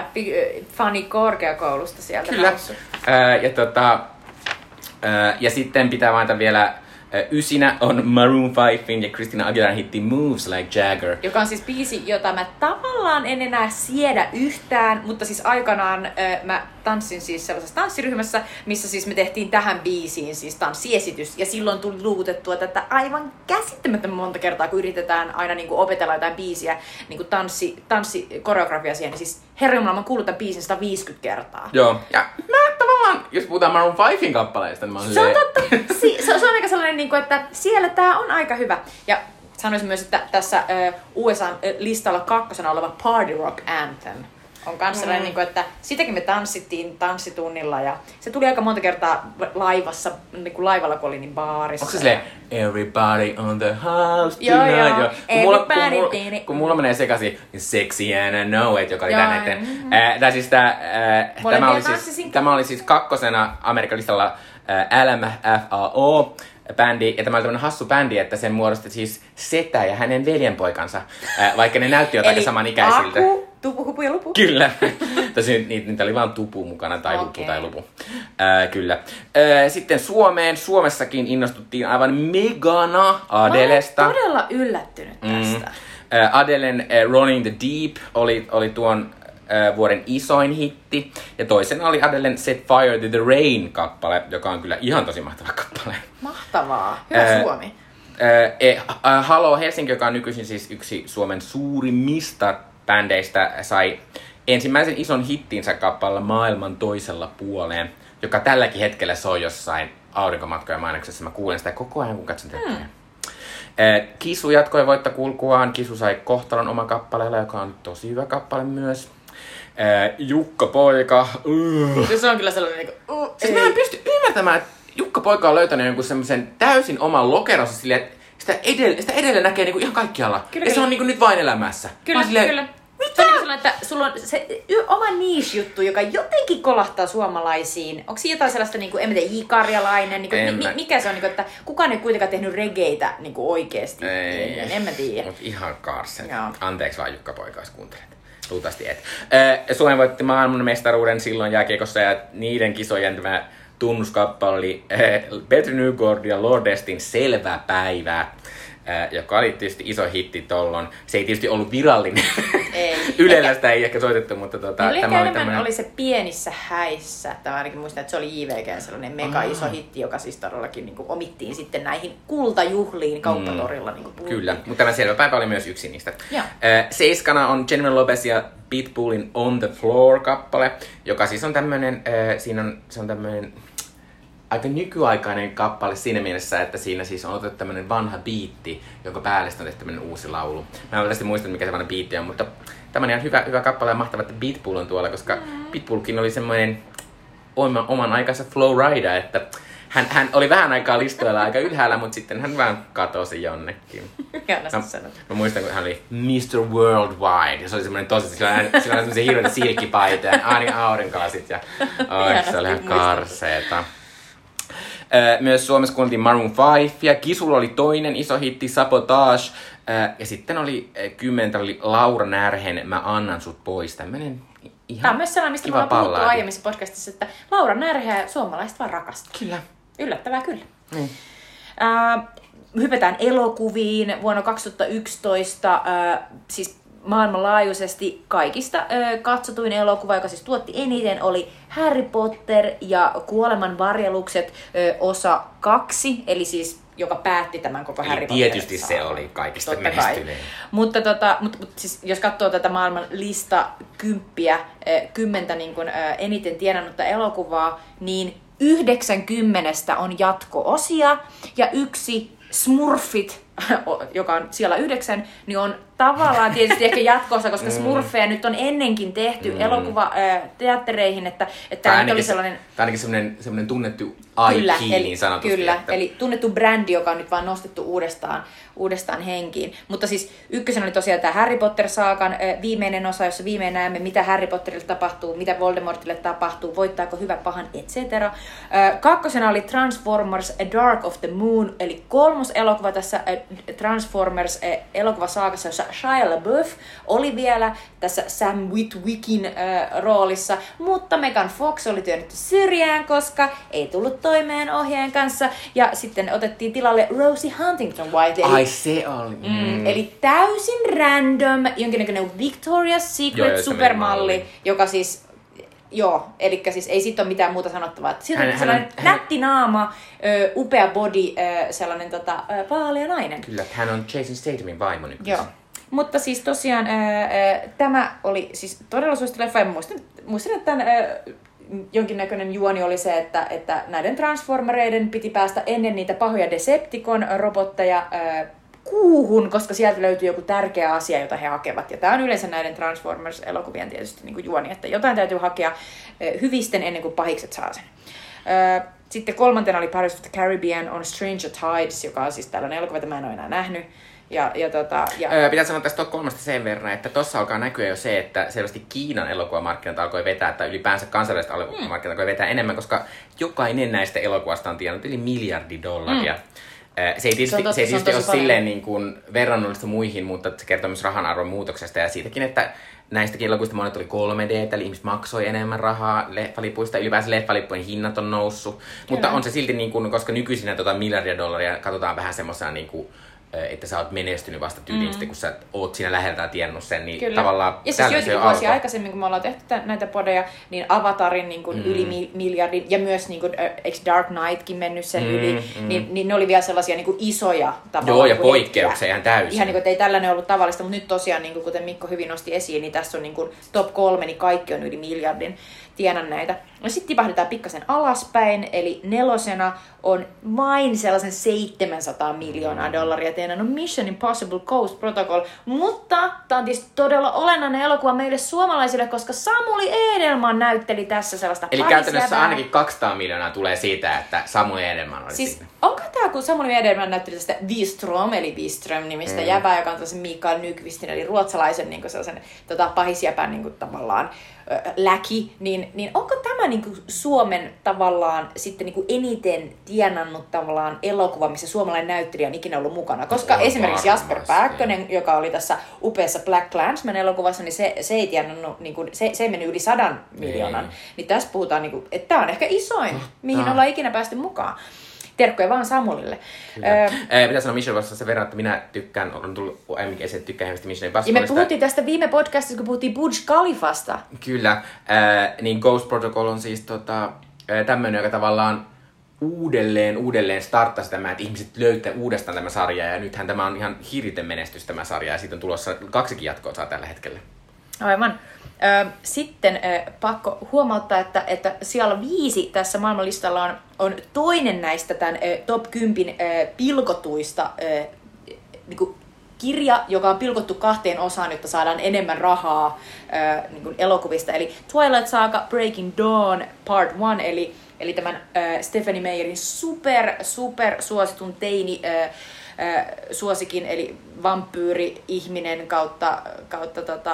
räppi-fani-korkeakoulusta sieltä Kyllä. noussut. Ää, ja, tota, ää, ja sitten pitää mainita vielä ysinä on Maroon fiven ja Christina Aguilaran hitti Moves Like Jagger. Joka on siis biisi, jota mä tavallaan tavallaan en enää siedä yhtään, mutta siis aikanaan ö, mä tanssin siis sellaisessa tanssiryhmässä, missä siis me tehtiin tähän biisiin siis tanssiesitys. Ja silloin tuli luutettua tätä aivan käsittämättömän monta kertaa, kun yritetään aina niin kuin opetella jotain biisiä, niin kuin tanssi, tanssikoreografia siihen. Niin siis herranjumala, mä kuullut tämän biisin sata viisikymmentä kertaa. Joo. Ja mä tavallaan, jos puhutaan Maroon viiden kappaleista, niin mä oon se on totta. Si- se, on, se on aika sellainen, niin kuin, että siellä tää on aika hyvä. Ja sanoisin myös, että tässä ö, U S A-listalla kakkosena oleva Party Rock Anthem on kans mm. sellainen, että sitäkin me tanssittiin tanssitunnilla ja se tuli aika monta kertaa laivassa, niin kuin laivalla kun oli niin baarissa. Onko se silleen, everybody on the house joo, tonight? Joo, kun, mulla, kun, mulla, kun mulla menee sekaisin Sexy and I Know It, joka oli tänne eteen. Mm-hmm. Äh, tää siis tää, äh, tämä, oli siis, tämä oli siis kakkosena Amerikan listalla äh, L M F A O. Bändi, ja tämä oli tämmönen hassu bändi, että sen muodosti siis Setä ja hänen veljenpoikansa, ää, vaikka ne näytti jotain samanikäisiltä. Eli Aku, Tupu, Hupu ja Lupu? Kyllä. Tosin niitä, niitä oli vaan Tupu mukana, tai okay. Hupu tai Lupu. Ää, kyllä. Ää, sitten Suomeen. Suomessakin innostuttiin aivan megana Adelesta. Mä olen todella yllättynyt tästä. Mm. Ää, Adelen ää, Running the Deep oli, oli tuon vuoden isoin hitti. Ja toisena oli Adelen Set Fire to the Rain-kappale, joka on kyllä ihan tosi mahtava kappale. Mahtavaa. Hyvä äh, Suomi. Äh, äh, Halo Helsinki, joka on nykyisin siis yksi Suomen suurimmista bändeistä, sai ensimmäisen ison hittinsä kappaleella Maailman toisella puoleen, joka tälläkin hetkellä soi jossain aurinkomatkoja mainoksessa. Mä kuulen sitä koko ajan, kun katson tätä. Hmm. Äh, Kisu jatkoi voittokulkuaan. Kisu sai kohtalon oma kappaleella, joka on tosi hyvä kappale myös. Äh, Jukka Poika. Uh. Se on kyllä sellainen niinku... Uh, siis mä en pysty ymmärtämään, että Jukka Poika on löytänyt jonkun semmoisen täysin oman lokeronsa silleen, että sitä edellä, sitä edellä näkee niinku ihan kaikkialla. Kyllä, ja kyllä. Se on niinku nyt vain elämässä. Kyllä, silleen, kyllä. Mitä? Se on niin sellainen, että sulla on se y- oma niche-juttu, joka jotenkin kolahtaa suomalaisiin. Onko siinä jotain sellaista, niin kuin, en tiedä, Iikarialainen, niin kuin, mi- mikä se on, niin kuin, että kukaan ei kuitenkaan tehnyt regeitä niin kuin oikeasti. Ei, en, en mä tiedä. Mut ihan karsen. Joo. Anteeksi vaan Jukka Poika, jos kuuntelet. Luultavasti et. Suomi voitti maailmanmestaruuden silloin jääkiekossa ja niiden kisojen tämä tunnuskappale oli Petri Nygård ja Lordestin Selvä päivä, joka oli tietysti iso hitti tollon. Se ei tietysti ollut virallinen. Ei. Ylellä sitä ei ehkä soitettu, mutta tota, no, tämä oli tämmönen... oli se Pienissä häissä. Tämä ainakin muistan, että se oli J V G sellainen mega iso hitti, joka siis todellakin niin kuin omittiin sitten näihin kultajuhliin kauppatorilla. Mm. Niin kuin Kyllä, mutta tämä Selvä päivä oli myös yksi niistä. Äh, seiskana on Jennifer Lopez ja Pitbullin On the Floor-kappale, joka siis on tämmönen, äh, siinä on, se on tämmönen aika nykyaikainen kappale siinä mielessä, että siinä siis on otettu tämmönen vanha biitti, jonka päälle on tehty tämmönen uusi laulu. Mä en välttämättä muista, mikä se vanha biitti on, mutta tämä on ihan hyvä, hyvä kappale ja mahtava, että Pitbull on tuolla, koska Pitbullkin oli semmoinen oman, oman aikansa flowrider, että hän, hän oli vähän aikaa listoilla aika ylhäällä, mutta sitten hän vaan katosi jonnekin. Mä, mä muistan, kun hän oli mister Worldwide, ja se oli semmoinen tosi, sillä oli semmoisia hirveitä silkkipaitoja, aina aurinkolasit, ja oh, se oli ihan karseeta. Myös Suomessa kuultiin Maroon viisi, ja Kisulla oli toinen iso hitti, Sabotage, ja sitten oli kymmentä oli Laura Närhen, Mä annan sut pois, tämmönen ihan Tämä on myös sellainen, mistä me ollaan puhuttu aiemmissa podcastissa, että Laura Närheä suomalaiset vaan rakastaa. Kyllä. Yllättävää kyllä. Mm. Äh, hypätään elokuviin. Vuonna kaksituhattayksitoista äh, siis maailmanlaajuisesti kaikista äh, katsotuin elokuva, joka siis tuotti eniten, oli Harry Potter ja Kuoleman varjelukset äh, osa kaksi, eli siis joka päätti tämän koko Harry Potterin. Tietysti se oli kaikista menestyneen. Mutta, tota, mutta, mutta siis, jos katsoo tätä maailman lista kymppiä, äh, kymmentä niin kuin, äh, eniten tienannutta elokuvaa, niin yhdeksänkymmentä on jatko-osia ja yksi Smurfit, joka on siellä yhdeksän, niin on tavallaan tietysti ehkä jatko-osa, koska mm. Smurfeja nyt on ennenkin tehty mm. elokuvateattereihin, että, että tämä nyt oli sellainen... Tämä on ainakin sellainen, sellainen tunnettu I P, niin sanotusti. Kyllä, että... eli tunnettu brändi, joka on nyt vaan nostettu uudestaan, uudestaan henkiin. Mutta siis ykkösen oli tosiaan tämä Harry Potter-saakan viimeinen osa, jossa viimein näemme, mitä Harry Potterille tapahtuu, mitä Voldemortille tapahtuu, voittaako hyvä pahan, et cetera. Kakkosena oli Transformers A Dark of the Moon, eli kolmos elokuva tässä Transformers-elokuvasaakassa, jossa Shia LaBeouf oli vielä tässä Sam Witwickin äh, roolissa, mutta Megan Fox oli työnnetty syrjään, koska ei tullut toimeen ohjaajan kanssa, ja sitten otettiin tilalle Rosie Huntington-White. Ai se oli. Mm. Mm, eli täysin random, jonkinnäköinen Victoria's Secret joo, supermalli, joka siis, joo, eli siis ei siitä ole mitään muuta sanottavaa. Siltä on sellainen on, nätti naama, ö, upea body, ö, sellainen tota, ö, vaalea nainen. Kyllä, hän on Jason Stathamin vaimo nykyään. Joo. Mutta siis tosiaan ö, ö, tämä oli siis todella suosittu leffa, ja muistan, muistan että tämän ö, jonkinnäköinen juoni oli se, että, että näiden transformereiden piti päästä ennen niitä pahoja Decepticon-robotteja ö, kuuhun, koska sieltä löytyy joku tärkeä asia, jota he hakevat. Ja tämä on yleensä näiden Transformers-elokuvien tietysti niin kuin juoni, että jotain täytyy hakea hyvisten ennen kuin pahikset saa sen. Sitten kolmantena oli Pirates of the Caribbean on Stranger Tides, joka on siis tällainen elokuva, jota mä en ole enää nähnyt. Ja, ja tota, ja... Öö, pitää sanoa tästä kolmesta sen verran, että tossa alkaa näkyä jo se, että selvästi Kiinan elokuvamarkkinat alkoi vetää, tai ylipäänsä kansainväliset elokuvamarkkinat mm. alkoi vetää enemmän, koska jokainen näistä elokuvasta on tiennyt yli miljardi dollaria. Mm. Se ei tietysti, se tosi, se ei tietysti se ole silleen niin kuin verrannollista muihin, mutta se kertoo myös rahan arvon muutoksesta ja siitäkin, että näistäkin elokuvista monet oli kolme D, eli ihmiset maksoi enemmän rahaa leffalipuista, ylipäänsä leffalippujen hinnat on noussut, kyllä. Mutta on se silti, niin kuin, koska nykyisinä tota miljardia dollaria katsotaan vähän semmoisena niin kuin, että sä oot menestynyt vasta tyyliin, mm. kun sä oot siinä läheltä tiennyt sen, niin kyllä. Tavallaan... Ja siis joitakin vuosia aikaisemmin, kun me ollaan tehty näitä podeja, niin Avatarin niin kuin mm. yli miljardin, ja myös niin kuin, eikö Dark Knightkin mennyt sen mm, yli, mm. Niin, niin ne oli vielä sellaisia niin kuin isoja tavallaan. Joo, ja poikkeuksia ihan täysin. Ihan niin kuin, että ei tällainen ollut tavallista, mutta nyt tosiaan, niin kuin, kuten Mikko hyvin nosti esiin, niin tässä on niin kuin top kolme, niin kaikki on yli miljardin tienanneita. No sitten tipahdetaan pikkasen alaspäin, eli nelosena on vain sellaisen seitsemänsataa miljoonaa dollaria tienannut Mission Impossible Ghost Protocol, mutta tämä on tietysti todella olennainen elokuva meille suomalaisille, koska Samuli Edelman näytteli tässä sellaista eli käytännössä ainakin kaksisataa miljoonaa tulee siitä, että Samuli Edelman oli siis, siinä. Onko tämä, kun Samuli Edelman näytteli tästä Wistrom, eli Wistrom nimistä mm. jäbää, joka on tällaisen Mikael Nyqvistin, eli ruotsalaisen niin sellaisen tota, pahisjäpän niin tavallaan läki, niin, niin onko tämä niin kuin Suomen tavallaan sitten niin kuin eniten tienannut tavallaan elokuva, missä suomalainen näyttelijä on ikinä ollut mukana? Koska no, esimerkiksi Jasper Pääkkönen, joka oli tässä upeassa Black Klansman elokuvassa, niin se, se ei tienannut, niin kuin, se, se ei mennyt yli sadan miljoonan. Niin, niin tässä puhutaan, niin kuin, että tämä on ehkä isoin, mihin ollaan ikinä päästy mukaan. Terkkoja vaan Samulille. Öö, Pitää sanoa Mission Impossible sen verran, että minä tykkään, olen tullut aiemminkin esiin, että tykkään hienosti Mission Impossible. Ja me puhuttiin tästä viime podcastissa, kun puhuttiin Burj Khalifasta. Kyllä. Äh, niin Ghost Protocol on siis tota, äh, tämmöinen, joka tavallaan uudelleen, uudelleen starttasi tämä, että ihmiset löytää uudestaan tämä sarja. Ja nythän tämä on ihan hirveän menestys tämä sarja, ja siitä on tulossa kaksikin jatkoa saa tällä hetkellä. Aivan. Sitten pakko huomauttaa, että, että siellä viisi tässä maailmanlistalla on, on toinen näistä tämän top kymmenen pilkotuista niin kuin kirja, joka on pilkottu kahteen osaan, jotta saadaan enemmän rahaa niin kuin elokuvista. Eli Twilight Saga Breaking Dawn Part one, eli, eli tämän Stephenie Meyerin super, super suositun teini suosikin, eli vampyyri-ihminen kautta, kautta tota,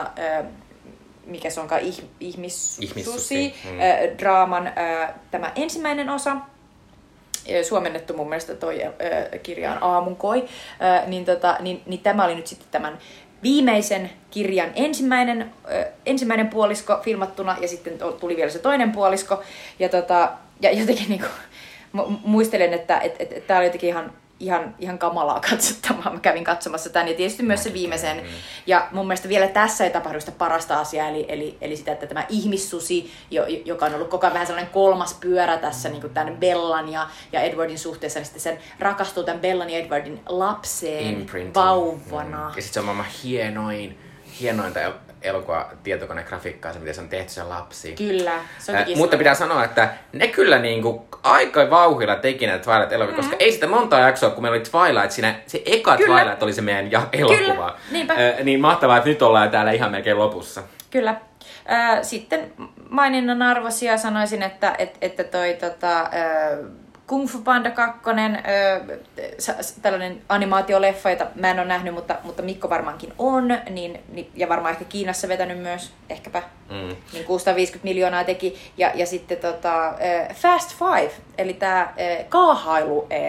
mikä se onkaan, ih, ihmissusi, ihmissusi. Mm. Äh, draaman äh, tämä ensimmäinen osa, äh, suomennettu mun mielestä toi äh, kirja on Aamunkoi, äh, niin, tota, niin, niin tämä oli nyt sitten tämän viimeisen kirjan ensimmäinen, äh, ensimmäinen puolisko filmattuna, ja sitten tuli vielä se toinen puolisko, ja, tota, ja jotenkin niinku, muistelen, että et, et, et, tämä oli jotenkin ihan Ihan, ihan kamalaa katsottavaa. Mä kävin katsomassa tämän ja tietysti myös se viimeisen. Ja mun mielestä vielä tässä ei tapahdu sitä parasta asiaa, eli, eli, eli sitä, että tämä ihmissusi, jo, joka on ollut koko ajan vähän sellainen kolmas pyörä tässä niin kuin tämän Bellan ja, ja Edwardin suhteessa, niin sitten sen rakastuu tämän Bellan ja Edwardin lapseen Imprinting. vauvana. Mm. Ja sitten se on maailman hienoin, hienointa elokuva tietokonegrafiikkaa, se miten se on tehty se lapsi. Kyllä. Se on äh, mutta pitää sanoa, että ne kyllä niinku aika vauhdilla teki näitä Twilight-elokuvia, mm-hmm. koska ei sitä monta jaksoa, kun meillä oli Twilight siinä, se eka kyllä. Twilight oli se meidän ja- elokuva. Kyllä. Äh, niin mahtavaa, että nyt ollaan täällä ihan melkein lopussa. Kyllä. Äh, sitten maininnan arvoisia sanoisin, että, että, että toi tota, äh, Kung Fu Panda kaksi, öö, tällainen animaatioleffa, jota mä en ole nähnyt, mutta, mutta Mikko varmaankin on, niin, niin, ja varmaan ehkä Kiinassa vetänyt myös, ehkäpä, mm. niin kuusisataaviisikymmentä miljoonaa teki. Ja, ja sitten tota, Fast Five, eli tämä kaahailu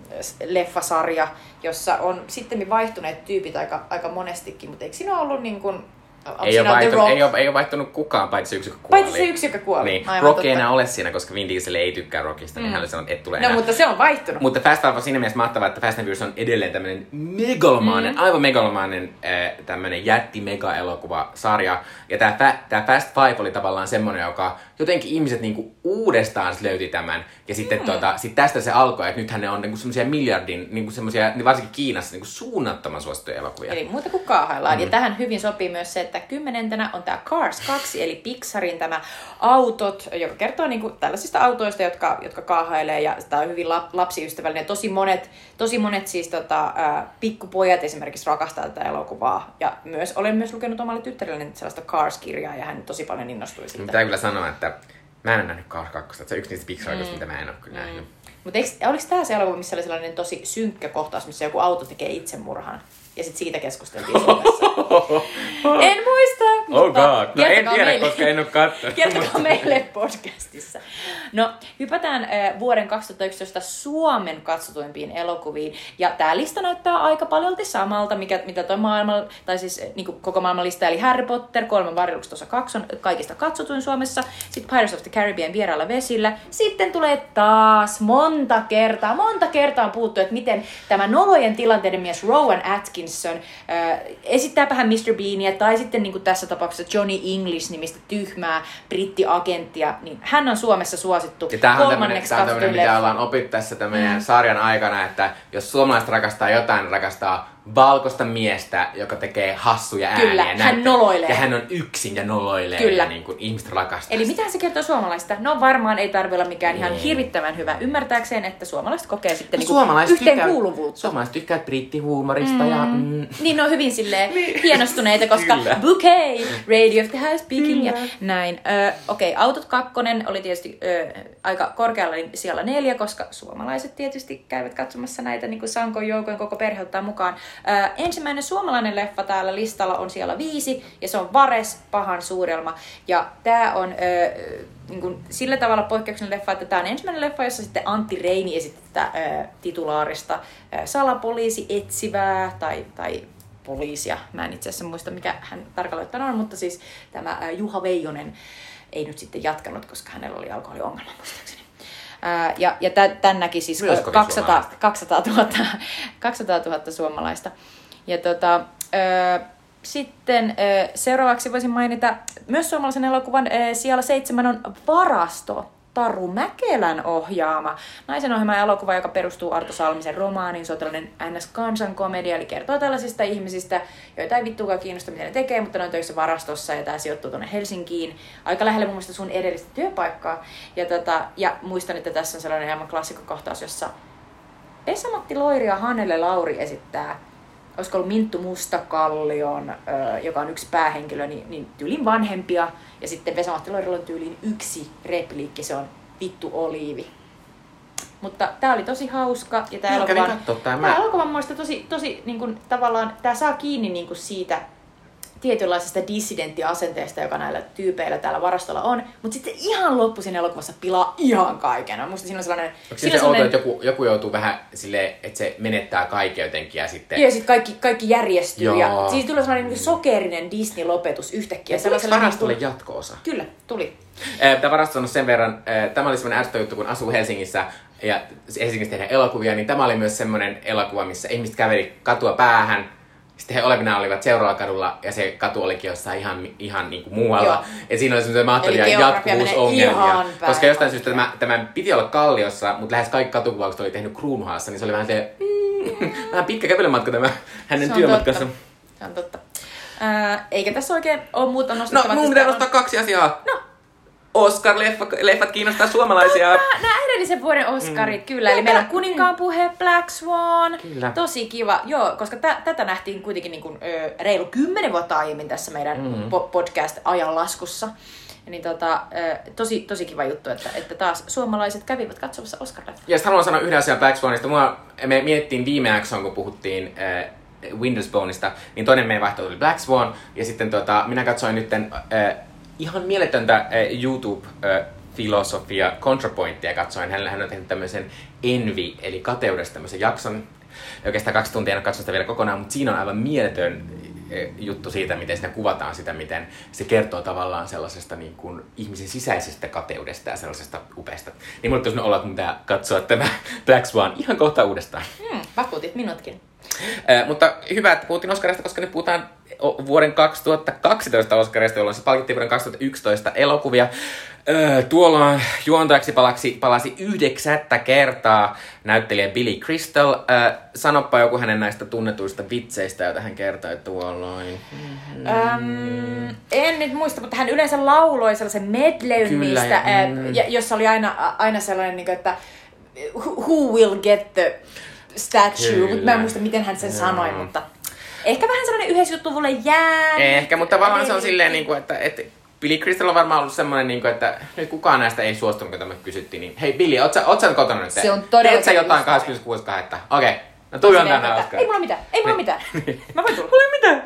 leffasarja, jossa on sitten vaihtuneet tyypit aika, aika monestikin, mutta eikö siinä ole ollut niin kuin... Ei ole, vaihtunut, ei, ole, ei ole vaihtunut kukaan, paitsi yksi, joka kuoli. Paitsi se yksi, joka kuoli. Niin. Rock ei enää ole siinä, koska Vin Diesel ei tykkää Rockista, mm. niin hän oli sanonut, että tulee No, enää. mutta se on vaihtunut. Mutta Fast and on siinä mielessä mahtavaa, että Fast and Furious on edelleen tämmönen megalomainen, mm. aivan megalomainen äh, tämmönen jätti-mega-elokuva-sarja. Ja tää, tää Fast Five oli tavallaan semmonen, joka jotenkin ihmiset niinku uudestaan löyti tämän. Ja sitten mm. tota, sit tästä se alkoi, että nythän ne on niinku semmosia miljardin, niinku semmosia, varsinkin Kiinassa, niinku suunnattoman suosittuja elokuvia. Eli muuta kuin kaahaillaan. Mm. Ja tähän hyvin sopii myös se, että kymmenentenä on tää Cars kaksi, eli Pixarin tämä autot, joka kertoo niinku tällaisista autoista, jotka, jotka kaahailee, ja tämä on hyvin lapsiystävällinen. Tosi monet, tosi monet siis tota, ää, pikkupojat esimerkiksi rakastaa tätä elokuvaa, ja myös, olen myös lukenut omalle tyttärelleni sellaista Cars-kirjaa, ja hän tosi paljon innostui siitä. Pitää kyllä sanoa, että mä en ole nähnyt Cars kaksi, se on yksi niistä Pixar-aikoista, mm. mitä mä en ole kyllä mm. nähnyt. Mutta oliko tämä se elokuva, missä oli sellainen tosi synkkä kohtaus, missä joku auto tekee itsemurhan? Ja sitten siitä keskusteltiin Suomessa. En muista, mutta oh God. No en tiedä, meille. Koska en ole katsonut. Kertokaa meille podcastissa. No, hypätään äh, vuoden kaksituhattayksitoista Suomen katsotuimpiin elokuviin. Ja tää lista näyttää aika paljolti samalta, mikä, mitä toi maailman, tai siis niin kuin koko maailman lista, eli Harry Potter, Kolmen varjelukset osa kaksi on kaikista katsotuin Suomessa. Sitten Pirates of the Caribbean vierailla vesillä. Sitten tulee taas monta kertaa, monta kertaa on puhuttu, että miten tämä nolojen tilanteiden mies Rowan Atkinson äh, esittääpä hän mister Beania, tai sitten niin kuin tässä tapauksessa Johnny English-nimistä tyhmää brittiagenttia, niin hän on Suomessa suosittu kolmanneksi katsotuin leffa. Mitä ollaan opittu tässä tämän mm. sarjan aikana, että jos suomalaiset rakastaa jotain, niin rakastaa valkoista miestä, joka tekee hassuja ääniä. Kyllä, hän näyttää. noloilee. Ja hän on yksin ja noloilee. Kyllä. Ja niin kuin ihmiset rakastaa. Eli mitä se kertoo suomalaista? No varmaan ei tarvitse olla mikään ihan hirvittävän hyvä ymmärtääkseen, että suomalaiset kokee sitten no, niin yhteenkuuluvuutta. Suomalaiset tykkää brittihuumorista mm. ja... Mm. Niin ne on hyvin silleen hienostuneita, koska bouquet, Radio of the House Speaking ja näin. Ö, Okei, okay, Autot kakkonen oli tietysti ö, aika korkealla siellä neljä, koska suomalaiset tietysti käyvät katsomassa näitä niin kuin Sankon joukoin koko perhe ottaa mukaan. Ö, ensimmäinen suomalainen leffa täällä listalla on siellä viisi, ja se on Vares, pahan suurelma. Ja tää on ö, niin kuin sillä tavalla poikkeuksellinen leffa, että tää on ensimmäinen leffa, jossa sitten Antti Reini esitti tätä ö, titulaarista ö, salapoliisi etsivää tai, tai poliisia. Mä en itse asiassa muista, mikä hän tarkalleen on, mutta siis tämä ö, Juha Veijonen ei nyt sitten jatkanut, koska hänellä oli alkoholiongelma muistaakseni. Ää, ja ja tän näki siis kaksisataa tuhatta suomalaista. Ja tota, ö, sitten ö, seuraavaksi voisin mainita myös suomalaisen elokuvan ö, siellä seitsemän on Varasto. Taru Mäkelän ohjaama naisen ohjaama elokuva, joka perustuu Arto Salmisen romaaniin. Se on tällainen N S-kansankomedia, eli kertoo tällaisista ihmisistä, joita ei vittuakaan kiinnosta, mitä ne tekee, mutta ne on töissä varastossa, ja tämä sijoittuu tuonne Helsinkiin, aika lähelle mun mielestä sun edellistä työpaikkaa. Ja, tota, ja muistan, että tässä on sellainen aivan klassikkokohtaus, jossa Vesa-Matti Loiri ja Hannele Lauri esittää, olisiko ollut Minttu Mustakallion, joka on yksi päähenkilö, niin, niin tyylin vanhempia. Ja sitten Vesa-Matti Loirilla on tyyliin yksi repliikki, se on vittu oliivi. Mutta tää oli tosi hauska. Ja tää elokuva on, tää mä... elokuva on muista tosi, tosi niin kun, tavallaan, tää saa kiinni niin kun siitä tietynlaisesta dissidenttiasenteesta, joka näillä tyypeillä täällä varastolla on. Mutta sitten ihan loppu siinä elokuvassa pilaa ihan kaiken. Musta siinä on sellainen... Onko siinä se outo, että joku, joku joutuu vähän silleen, että se menettää kaiken jotenkin ja sitten... Ja sitten kaikki, kaikki järjestyy. Joo. Ja siis tulee sellainen niin sokerinen Disney-lopetus yhtäkkiä. Ja tuliko Varastolle niin jatko-osa? Kyllä, tuli. Tämä Varasto on sen verran, tämä oli semmoinen ärsyttävä juttu, kun asuu Helsingissä ja Helsingissä tehdään elokuvia, niin tämä oli myös semmoinen elokuva, missä ihmiset käveli katua päähän. Sitten he olevinaan olivat seuraavalla kadulla ja se katu olikin jossain ihan, ihan niin kuin muualla. Ja siinä oli semmoisia mahtavia jatkuvuusongelmia. Koska jostain syystä tämä, tämä piti olla Kalliossa, mutta lähes kaikki katukuvaukset oli tehnyt Kruunuhaassa, niin se oli vähän se mm, vähän pitkä kävelymatka tämä hänen työmatkansa. Se on totta. Äh, eikä tässä oikein ole muuta nostettavaa. No, mun pitää nostaa kaksi asiaa. No. Oscar-leffat kiinnostaa suomalaisia. Nämä edellisen vuoden Oscarit, mm. kyllä. Eli meillä on Kuninkaan puhe, Black Swan. Kyllä. Tosi kiva. Joo, koska t- tätä nähtiin kuitenkin niin kuin, ö, reilu kymmenen vuotta aiemmin tässä meidän mm. po- podcast-ajanlaskussa. Niin tota, ö, tosi, tosi kiva juttu, että, että taas suomalaiset kävivät katsomassa Oscar-leffaa. Ja sitten haluan sanoa yhden asian Black Swanista. Mua, me mietittiin viime jaksoon, kun puhuttiin äh, Windows Boneista, niin toinen meidän vaihtoehto oli Black Swan. Ja sitten tota, minä katsoin nytten... Äh, ihan mieletöntä YouTube filosofia ContraPointia katsoin. Hän, hän on tehnyt tämmöisen Envy, eli kateudesta tämmöisen jakson. Oikeastaan kaksi tuntia en ole katsonut sitä vielä kokonaan, mutta siinä on aivan mieletön juttu siitä, miten siinä kuvataan sitä, miten se kertoo tavallaan sellaisesta niin kuin ihmisen sisäisestä kateudesta ja sellaisesta upeasta. Niin mulle tosiaan olla, että mun pitää katsoa tämä Black Swan ihan kohta uudestaan. Hmm, vakuutit minutkin. Äh, mutta hyvä, että puhuttiin Oscarista, koska nyt puhutaan vuoden kaksituhattakaksitoista Oscarista, jolloin se palkittiin vuoden kaksituhattayksitoista elokuvia. Äh, tuolloin juontajaksi palasi, palasi yhdeksättä kertaa näyttelijä Billy Crystal. Äh, sanoppa joku hänen näistä tunnetuista vitseistä, joita hän kertoi tuolloin. Mm-hmm. Um, en nyt muista, mutta hän yleensä lauloi sellaisen medleyn Kyllä, niistä, ja, mm. mm. jossa oli aina, aina sellainen, että who will get the statue, mutta mä en muista, miten hän sen Joo. sanoi, mutta ehkä vähän sellainen yhdeksänkymmentäluvulle jää. Ehkä, mutta tavallaan se on silleen, niin kuin, että, että Billy Crystal on varmaan ollut semmoinen, niin kuin, että nyt kukaan näistä ei suostunut, kun tämä kysyttiin. Niin, hei Billy, oot sä, oot sä kotona nyt? Se on todella. Teet sä jotain kahdeskymmeneskuudes toinen Okei, okay. No tuijon tänne Oscar. Ei mulla mitään, ei mulla mitään. Mä voin tulla. Mulla ei mitään.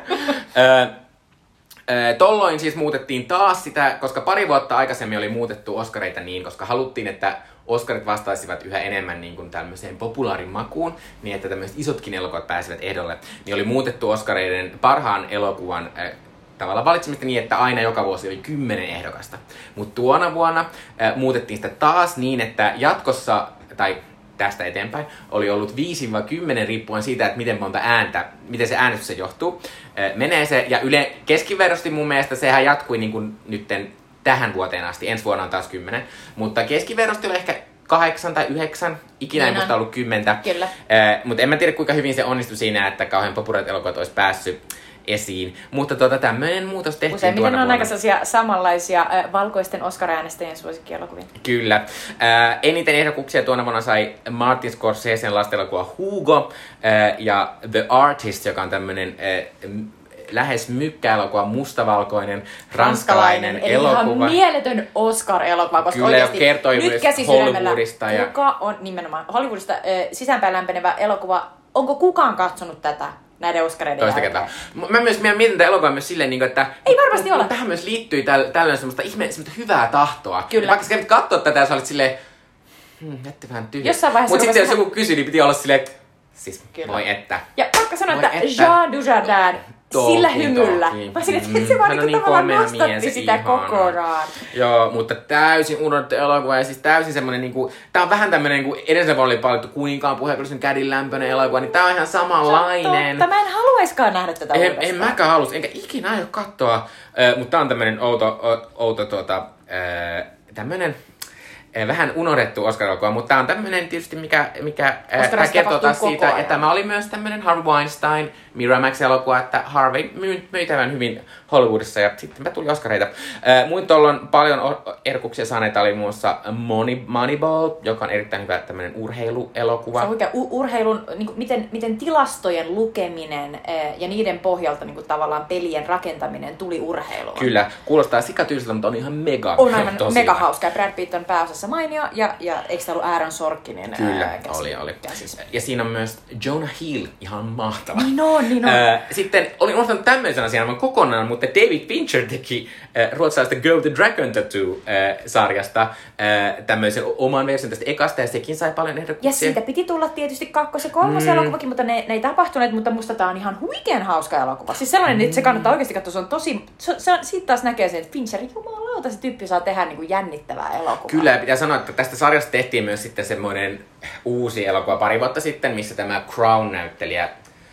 Tolloin siis muutettiin taas sitä, koska pari vuotta aikaisemmin oli muutettu Oscareita niin, koska haluttiin, että Oscarit vastaisivat yhä enemmän niin kuin tämmöiseen populaarin makuun, niin että tämmöiset isotkin elokuvat pääsivät ehdolle. Niin oli muutettu Oscareiden parhaan elokuvan äh, tavallaan valitsemista niin, että aina joka vuosi oli kymmenen ehdokasta. Mutta tuona vuonna äh, muutettiin sitä taas niin, että jatkossa, tai tästä eteenpäin, oli ollut viisi kymmenen riippuen siitä, että miten monta ääntä, miten se äänestys se johtuu. Äh, menee se, ja yle keskiverrosti mun mielestä sehän jatkui niin kuin nytten tähän vuoteen asti, ensi vuonna on taas kymmenen, mutta keskiverrosti oli ehkä kahdeksan tai yhdeksän, ikinä ei Niin on. musta ollut kymmentä. Kyllä. Äh, mutta en mä tiedä kuinka hyvin se onnistui siinä, että kauhean populaarit elokuvat olisi päässyt esiin. Mutta tuota, tämmöinen muutos tehtiin Useimmiten tuona on vuonna. aika sellaisia samanlaisia äh, valkoisten Oscar-äänestäjien suosikkielokuvia. Kyllä. Äh, eniten ehdokkuuksia tuona vuonna sai Martin Scorsesen lastenelokuva Hugo äh, ja The Artist, joka on tämmöinen äh, lähes mykkäelokuva, mustavalkoinen, ranskalainen eli elokuva. ihan mieletön Oscar-elokuva, koska Kyllä, oikeasti kertoi nyt myös käsisydämellä, Hollywoodista ja- kuka on nimenomaan Hollywoodista äh, sisäänpäin lämpenevä elokuva, onko kukaan katsonut tätä näiden Oscareiden Toista jälkeen? kertaa. Mä myös mä mietin tätä elokuvaa myös silleen, niin kuin, että Ei varmasti kun, ole. kun tähän myös liittyy täl, tällainen semmoista ihme, semmoista hyvää tahtoa. Kyllä. Vaikka sä kävit katsoa tätä ja sä olit silleen, hmm, jätti vähän tyhjä. Jossain vaiheessa Mutta sitten jos rupesi joku kysyi, niin piti olla silleen, että siis Kyllä. voi että. Ja pakko sanoa, Voi että että. Jean Dujardin Toki, sillä hymyllä. toki. Mä silleen, että Mm. se vaan Hän on niinku niin tavallaan komea nostatti mies, sitä ihana. kokonaan. Joo, mutta täysin unohdettu elokuva ja siis täysin semmonen niinku, tää on vähän tämmönen niinku edellisen vuonna oli paljon Kuninkaan puheenjohtajan kädin lämpöinen elokuva, niin tää on ihan samanlainen. Totta, mä en haluaiskaan nähdä tätä En, uudestaan. en mäkään halus, enkä ikinä aio katsoa, äh, mutta tää on tämmönen outo, o, outo tuota, äh, tämmönen äh, vähän unohdettu Oscar-elokuva, mutta tää on tämmönen tietysti, mikä, mikä äh, tää Oscarissa kertoo tapahtuu taas koko siitä, ajan. että tämä oli myös tämmönen Harvey Weinstein, Miramax-elokuva, että Harvey myi, myi tämän hyvin Hollywoodissa ja sittenpä tuli Oscareita. Äh, muin tuolloin paljon o- ehdokkuuksia saaneita oli muun muassa Money, Moneyball, joka on erittäin hyvä tämmönen urheiluelokuva. Se on oikein u- urheilun, niin kuin, miten, miten tilastojen lukeminen eh, ja niiden pohjalta niin kuin, tavallaan pelien rakentaminen tuli urheiluun. Kyllä, kuulostaa sikatyysiltä, mutta on ihan mega On aivan tosi mega hyvä. hauska. Brad Pitt on pääosassa mainio ja, ja eikö tämä ollut Aaron Sorkinin Kyllä, ää, käsi, oli, oli. käsis? Ja siinä on myös Jonah Hill, ihan mahtava. Niin on, niin on. Äh, sitten olin unohtanut tämmöisen asian aivan kokonaan, mutta David Fincher teki äh, ruotsalaista Girl the Dragon Tattoo-sarjasta äh, tämmöisen oman version tästä ekasta, ja sekin sai paljon Ja ehdokkuuksia. siitä piti tulla tietysti kakkos- ja kolmos Mm. elokuvakin, mutta ne, ne ei tapahtuneet, mutta musta tää on ihan huikean hauska elokuva. Siis sellainen, että se kannattaa oikeasti katsoa, se on tosi, se, se on, siitä taas näkee sen, että Fincher, jumalauta, se tyyppi saa tehdä niin kuin jännittävää elokuvaa. Kyllä, ja pitää sanoa, että tästä sarjasta tehtiin myös sitten semmoinen uusi elokuva pari vuotta sitten, missä tämä Crown-näyttelijä,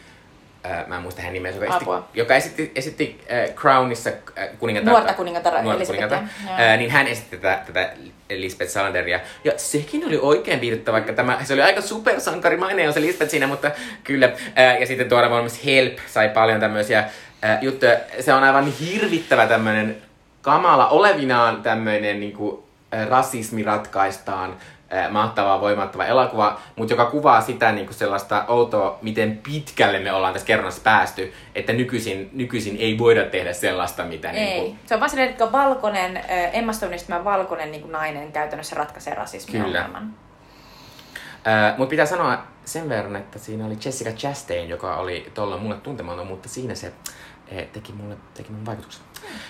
ää, mä en muista hänen nimensä, joka Apua. esitti, joka esitti, esitti äh, Crownissa äh, kuningatar, Nuorta kuningatar nuorta Elizabethia, kuningatar, joo. ää, niin hän esitti tätä, tätä Lisbeth Salanderia. Ja sekin oli oikein viihdyttävä, vaikka tämä, se oli aika supersankarimainen on se Lisbeth siinä, mutta kyllä. Ää, ja sitten tuoda myös Help sai paljon tämmöisiä ää, juttuja. Se on aivan hirvittävä tämmöinen kamala olevinaan tämmöinen niinku, ää, rasismi ratkaistaan. ää, Mahtava, voimattava elokuva, mutta joka kuvaa sitä niinku sellaista outoa, miten pitkälle me ollaan tässä kerronnassa päästy, että nykyisin, nykyisin ei voida tehdä sellaista, mitä Ei. niinku, Se on vaan silleen, että valkoinen, äh, Emma Stoneista tämä valkoinen niin kuin nainen käytännössä ratkaisee rasismin Kyllä. ongelman. Äh, mutta pitää sanoa sen verran, että siinä oli Jessica Chastain, joka oli tuolla mulle tuntematon, mutta siinä se teki mulle teki mun vaikutuksen.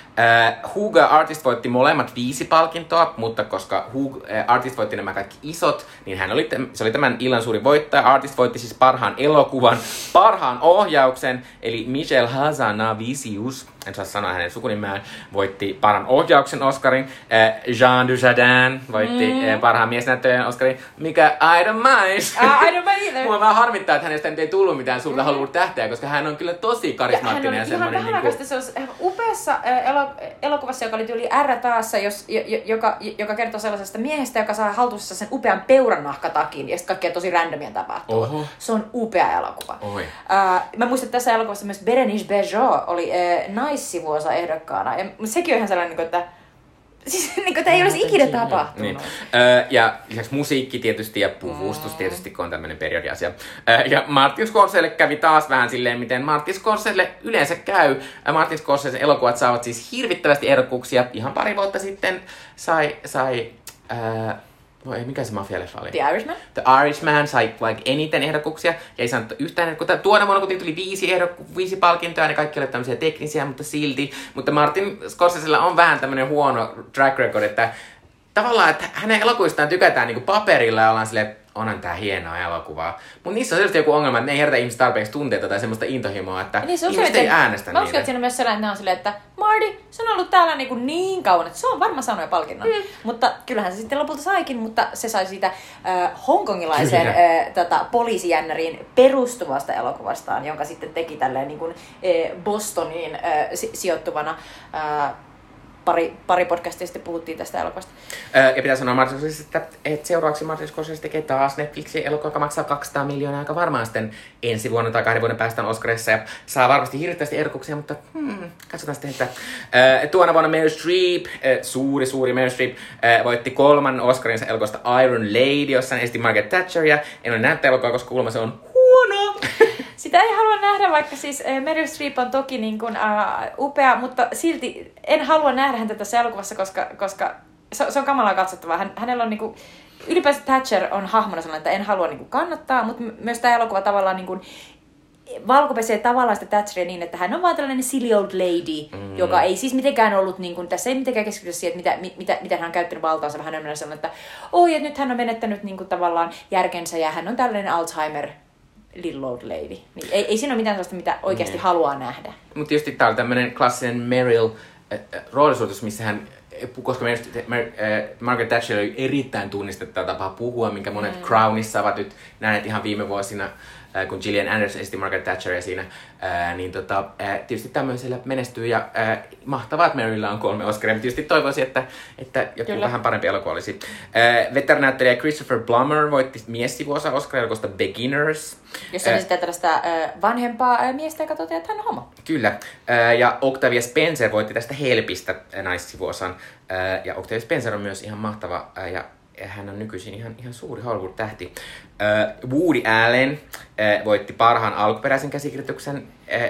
Uh, Hugo ja Artist voitti molemmat viisi palkintoa, mutta koska Hugo, uh, Artist voitti nämä kaikki isot, niin hän oli, se oli tämän illan suuri voittaja. Artist voitti siis parhaan elokuvan, parhaan ohjauksen, eli Michel Hazanavicius, en saa sanoa hänen sukunimeään, voitti parhaan ohjauksen Oscarin. Uh, Jean Dujardin voitti mm. uh, parhaan miesnäyttelijän Oscarin, mikä I don't mind. Uh, I don't mind either. Mua vaan harmittaa, että hänestä nyt ei tullut mitään suurta mm. Hollywood-tähteä, koska hän on kyllä tosi karismaattinen. Ja ja hän on ihan vähän niinku... se on upeassa elo, elokuvassa, joka oli tyyli R taassa, jos, joka, joka kertoo sellaisesta miehestä, joka saa haltuunsa sen upean peurannahkatakin, ja sitten kaikkea tosi randomia tapahtuu. Oho. Se on upea elokuva. Uh, mä muistan, että tässä elokuvassa myös Berenice Bejo oli uh, naissivuosa ehdokkaana, ja sekin on ihan sellainen, että siis niin kuin, ei olisi ikinä tapahtunut. Niin. Öö, ja lisäksi musiikki tietysti ja puvustus tietysti, kun on tämmöinen periodiasia. Öö, ja Martin Scorsese kävi taas vähän silleen, miten Martin Scorsese yleensä käy. Martin Scorsese elokuvat saavat siis hirvittävästi ehdokkuuksia. Ihan pari vuotta sitten sai... sai öö, Voi, mikä se mafialeffa oli? The Irishman? The Irishman sai vaikka eniten ehdokkuuksia ja ei saanut yhtään ehdokkuutta. Tuona vuonna kun tuli viisi, ehdokku- viisi palkintoa, ne kaikki olivat tämmöisiä teknisiä, mutta silti. Mutta Martin Scorsesella on vähän tämmöinen huono track record, että tavallaan, että hänen elokuvistaan tykätään niinku paperilla ja ollaan silleen, että onhan tää hienoa elokuvaa. Mutta niissä on selvästi joku ongelma, että ne ei herätä ihmiset tarpeeksi tunteita tai semmoista intohimoa, että niin, ihmiset ei äänestä mä niitä. Mä uskon, että siinä on myös sellainen, että ne on silleen, että Marty, se on ollut täällä niinku niin kauan, että se on varmaan saanut jo palkinnon. Mm. Mutta kyllähän se sitten lopulta saikin, mutta se sai siitä äh, hongkongilaiseen äh, tota, poliisijännäriin perustuvasta elokuvastaan, jonka sitten teki tälleen niin kuin, äh, Bostoniin äh, si- sijoittuvana. Äh, Pari, pari podcastia sitten puhuttiin tästä elokuvasta. Öö, ja pitää sanoa Martin Scorsese, että, että seuraavaksi Martin Scorsese tekee taas Netflixin elokuva, joka maksaa kaksisataa miljoonaa aika varmaan sitten ensi vuonna tai kahden vuoden päästä Oscarissa. Ja saa varmasti hirveästi ehdokkuuksia, mutta hmm, katsotaan sitten, että öö, tuona vuonna Meryl Streep, öö, suuri suuri Meryl Streep, öö, voitti kolman Oscarinsa elokuvasta Iron Lady, jossa hän esti Margaret Thatcheria. En ole nähnyt elokuvaa, koska kuulemma se on huono. Sitä ei halua nähdä, vaikka siis Meryl Streep on toki niin kuin, uh, upea, mutta silti en halua nähdä häntä tässä elokuvassa, koska, koska se, se on kamalaa katsottavaa. Hän, hänellä on niin kuin, ylipäänsä Thatcher on hahmona sellainen, että en halua niin kuin, kannattaa, mutta myös tämä elokuva tavallaan niin kuin, valkopesee tavallaan sitä Thatcheria niin, että hän on vaan tällainen silly old lady, mm. joka ei siis mitenkään ollut, niin kuin, tässä ei mitenkään keskitytä siihen, että mitä, mitä, miten hän on käyttänyt valtaansa, vaan hän on sellainen, että oi, että nyt hän on menettänyt niin kuin, tavallaan järkensä ja hän on tällainen Alzheimer little old lady. Niin ei, ei siinä ole mitään sellaista, mitä oikeasti mm. haluaa nähdä. Mutta tietysti tää on tämmönen klassinen Meryl äh, äh, roolisuoritus, missä hän, koska Mer- Mer- äh, Margaret Thatcher oli erittäin tunnistettava tapa puhua, minkä monet mm. Crownissa ovat nyt nähneet ihan viime vuosina, äh, kun Gillian Anderson esti Margaret Thatcheria siinä, äh, niin tota, äh, tietysti tämmöisellä menestyy ja äh, mahtavaa, että Meryllä on kolme Oscaria, mutta tietysti toivoisin, että, että joku Kyllä. vähän parempi elokuva olisi. Äh, Veteranäyttelijä Christopher Plummer voitti miessivuosa Oscar-elokuvasta Beginners. Jos on äh, sitten tällaista äh, vanhempaa äh, miestä, joka toteaa, että hän on homo. Kyllä. Äh, ja Octavia Spencer voitti tästä Helpistä äh, naissivuosan. Äh, ja Octavia Spencer on myös ihan mahtava äh, ja hän on nykyisin ihan, ihan suuri Hollywood-tähti. Uh, Woody Allen uh, voitti parhaan alkuperäisen käsikirjoituksen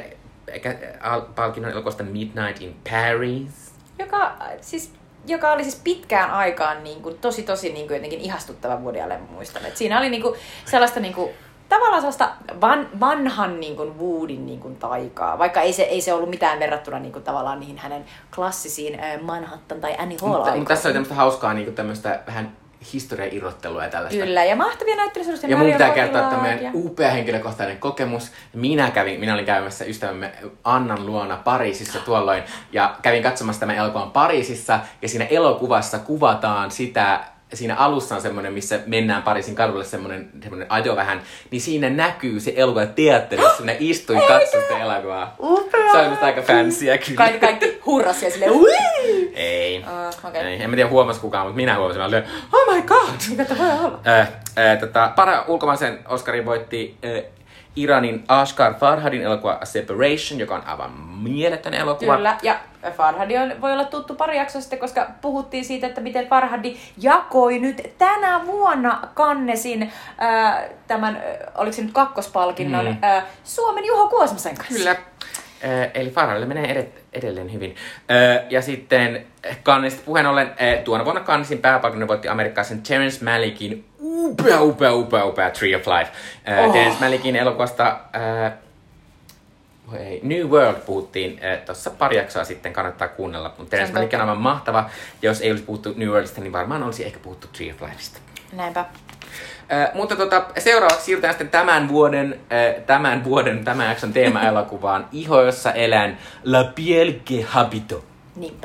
uh, palkinnon elokuvasta Midnight in Paris. Joka, siis, joka oli siis pitkään aikaan niin kuin, tosi tosi niin kuin, jotenkin ihastuttava Woody Allen, muistan. Et siinä oli niin kuin, sellaista niin kuin, tavallaan sellaista van, vanhan niin kuin, Woodyn niin kuin, taikaa, vaikka ei se, ei se ollut mitään verrattuna niin kuin, tavallaan niihin hänen klassisiin äh, Manhattan tai Annie Hall-aikoihin. Mutta tässä oli tämmöistä hauskaa niin kuin, tämmöistä vähän historiairrottelua ja tällaista. Kyllä, ja mahtavia näyttelysuhdistuksia. Ja mun pitää kertoa tämmöinen upea henkilökohtainen kokemus. Minä kävin, minä olin käymässä ystävämme Annan luona Pariisissa tuolloin, ja kävin katsomassa tämän elokuvan Pariisissa, ja siinä elokuvassa kuvataan sitä, siinä alussa on semmoinen, missä mennään Pariisin kadulle, semmoinen, semmoinen ajo vähän, niin siinä näkyy se elokuva teatterissa, minä istuin katsomaan sitä elokuvaa. Upea! Se on just aika fancyä kyllä. Kaikki, kaikki hurras ja silleen, ui! Ei. Uh, okay. Ei. En mä tiedä huomasi kukaan, mutta minä huomasin. Mä olin, oh my god! Mikä tämä voi olla? Äh, äh, tota, para ulkomaisen Oscarin voitti äh, Iranin Ashghar Farhadin elokuva A Separation, joka on aivan mieletön elokuva. Kyllä, ja Farhadi on, voi olla tuttu pari jaksoa sitten, koska puhuttiin siitä, että miten Farhadi jakoi nyt tänä vuonna Cannesin äh, tämän, äh, oliko se nyt kakkospalkinnon, mm. äh, Suomen Juho Kuosmasen kanssa. Kyllä. Äh, eli Farhadille menee ed- edelleen hyvin. Äh, ja sitten Cannesista puheen ollen, äh, tuona vuonna Cannesin pääpalkinnon voitti amerikkalaisen Terrence Malickin upea, upea, upea, upea Tree of Life. Äh, oh. Terrence Malickin elokuvasta... Äh, Hei, New World puhuttiin äh, tuossa pari jaksoa sitten, kannattaa kuunnella. Mutta Terence Malick on aivan mahtava. Ja jos ei olisi puhuttu New Worldista, niin varmaan olisi ehkä puhuttu Tree of Lifeista. Näinpä. Äh, mutta tota, seuraavaksi siirrytään sitten tämän vuoden, äh, tämän vuoden, tämän jakson teema-elokuvaan Iho, jossa elän, La Piel que habito. Niinpä.